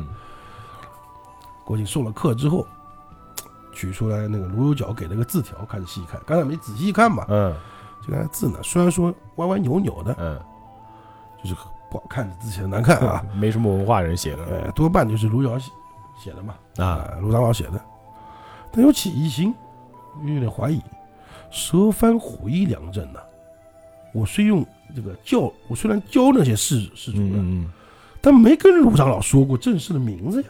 郭靖送了客之后，取出来那个卢有角给了个字条，开始细看。刚才没仔细看嘛，这个字呢，虽然说歪歪扭扭的，就是不好看，字写的难看啊， 没什么文化人写的， 多半就是卢角写的嘛，卢长老写的。但有起疑心，有点怀疑，蛇翻虎衣两阵呢。我虽用这个我虽然教那些士卒了，但没跟卢长老说过正式的名字呀。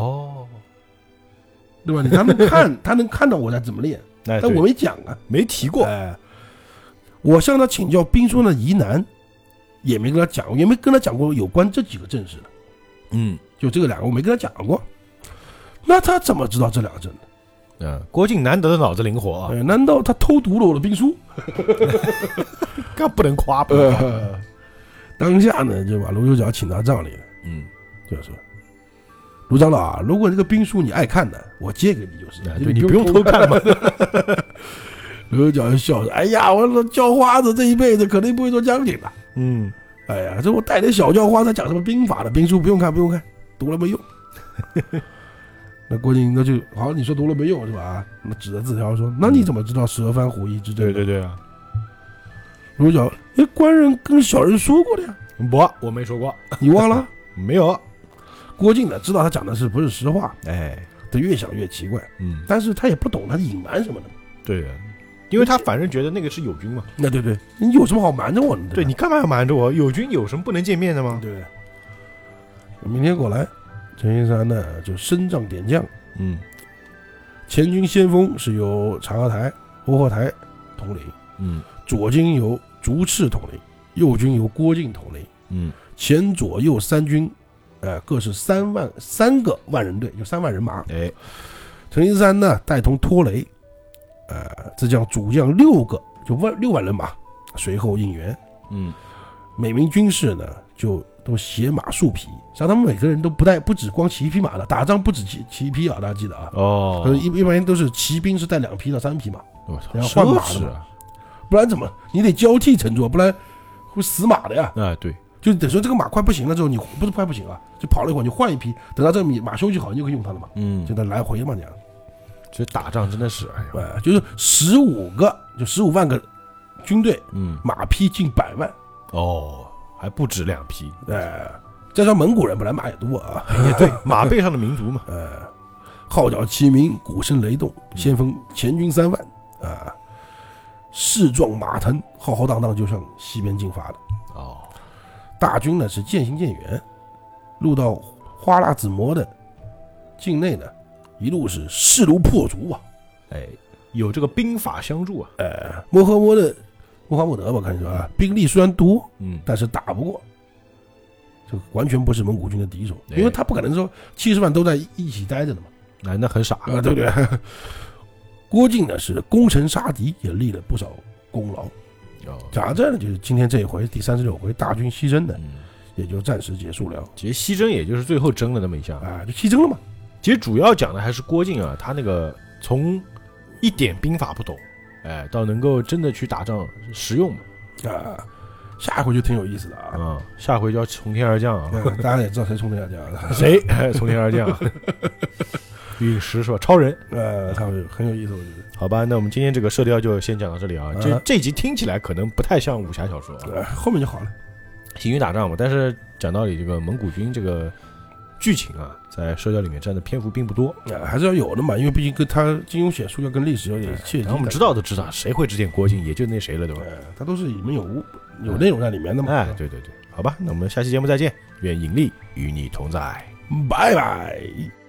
对吧？他能看到我在怎么练，但我没讲啊， 没提过。 我向他请教兵书的疑难，也没跟他讲，也没跟他讲过有关这几个阵势的。就这个两个我没跟他讲过，那他怎么知道这两个阵的？ 郭靖难得的脑子灵活啊！ 难道他偷读了我的兵书？ 更不能夸。 当下呢，就把卢有角请到帐里了。就说卢长老啊，如果这个兵书你爱看的，我借给你就是， 你不用偷看嘛。 卢有角就笑着，哎呀，我说叫花子这一辈子肯定不会做将军的。哎呀，这我带点小叫花，他讲什么兵法的兵书不用看，读了没用。那郭靖那就好，你说读了没用是吧？那指着字条说，那你怎么知道蛇翻虎衣之阵？ 对啊。 卢有角，官人跟小人说过的呀。 不，我没说过， 你忘了？ 没有。 郭靖呢，知道他讲的是不是实话，他越想越奇怪。但是他也不懂他隐瞒什么的。 对，因为他反正觉得那个是友军嘛。 那对，你有什么好瞒着我呢？ 对，你干嘛要瞒着我？友军有什么不能见面的吗？ 对。明天过来，陈金山呢就升帐点将。前军先锋是由察合台、纥纥台统领。左军由竹赤统领，右军由郭靖统领。前左右三军，各是3个万人队，就3万人马。陈金山呢带同拖雷，这将主将6个，就6万人马随后应援。每名军士呢就都携马数匹，像他们每个人都不止光骑一匹马的，打仗不止骑一匹啊，大家记得啊。一般都是骑兵是带2匹到3匹马，然后换马的嘛。不然怎么你得交替乘坐，不然会死马的呀。 对， 就等于说这个马快不行了之后，你不是快不行啊，就跑了一会儿，你换一匹，等到这个马休息好，你就可以用它了嘛。就在来回嘛，这样。 这打仗真的是， 就是15万个军队，马匹近100万。 还不止2匹。 加上蒙古人本来马也多啊。 对，马背上的民族嘛。 号角齐鸣，鼓声雷动，先锋前军3万势壮马腾，浩浩荡荡，就向西边进发的。大军呢是渐行渐远，入到花剌子模的境内呢，一路是势如破竹啊！ 有这个兵法相助啊！ 摩哈默德吧，看是吧？兵力虽然多，但是打不过，就完全不是蒙古军的敌手，因为他不可能说70万都在一起待着的嘛。 那很傻对不对？郭靖呢是攻城杀敌，也立了不少功劳。讲到这呢，就是今天这一回第36回大军西征的，也就暂时结束了。 其实西征也就是最后征了那么一下就西征了嘛。 其实主要讲的还是郭靖啊，他那个从一点兵法不懂，到能够真的去打仗实用嘛。 下一回就挺有意思的啊。 下回就要从天而降啊。 大家也知道谁从天而降， 谁从天而降？陨石是吧？超人。 他很有意思，我觉得。 好吧，那我们今天这个射雕就先讲到这里啊。这集听起来可能不太像武侠小说， 后面就好了， 行军打仗嘛。但是讲道理，这个蒙古军这个剧情啊，在射雕里面占的篇幅并不多， 还是要有的嘛，因为毕竟跟他金庸写书要跟历史有点切近。 我们知道都知道，谁会指点郭靖，也就那谁了，对吧？ 他都是里面有内容在里面的嘛。 对，好吧，那我们下期节目再见，愿引力与你同在， 拜拜。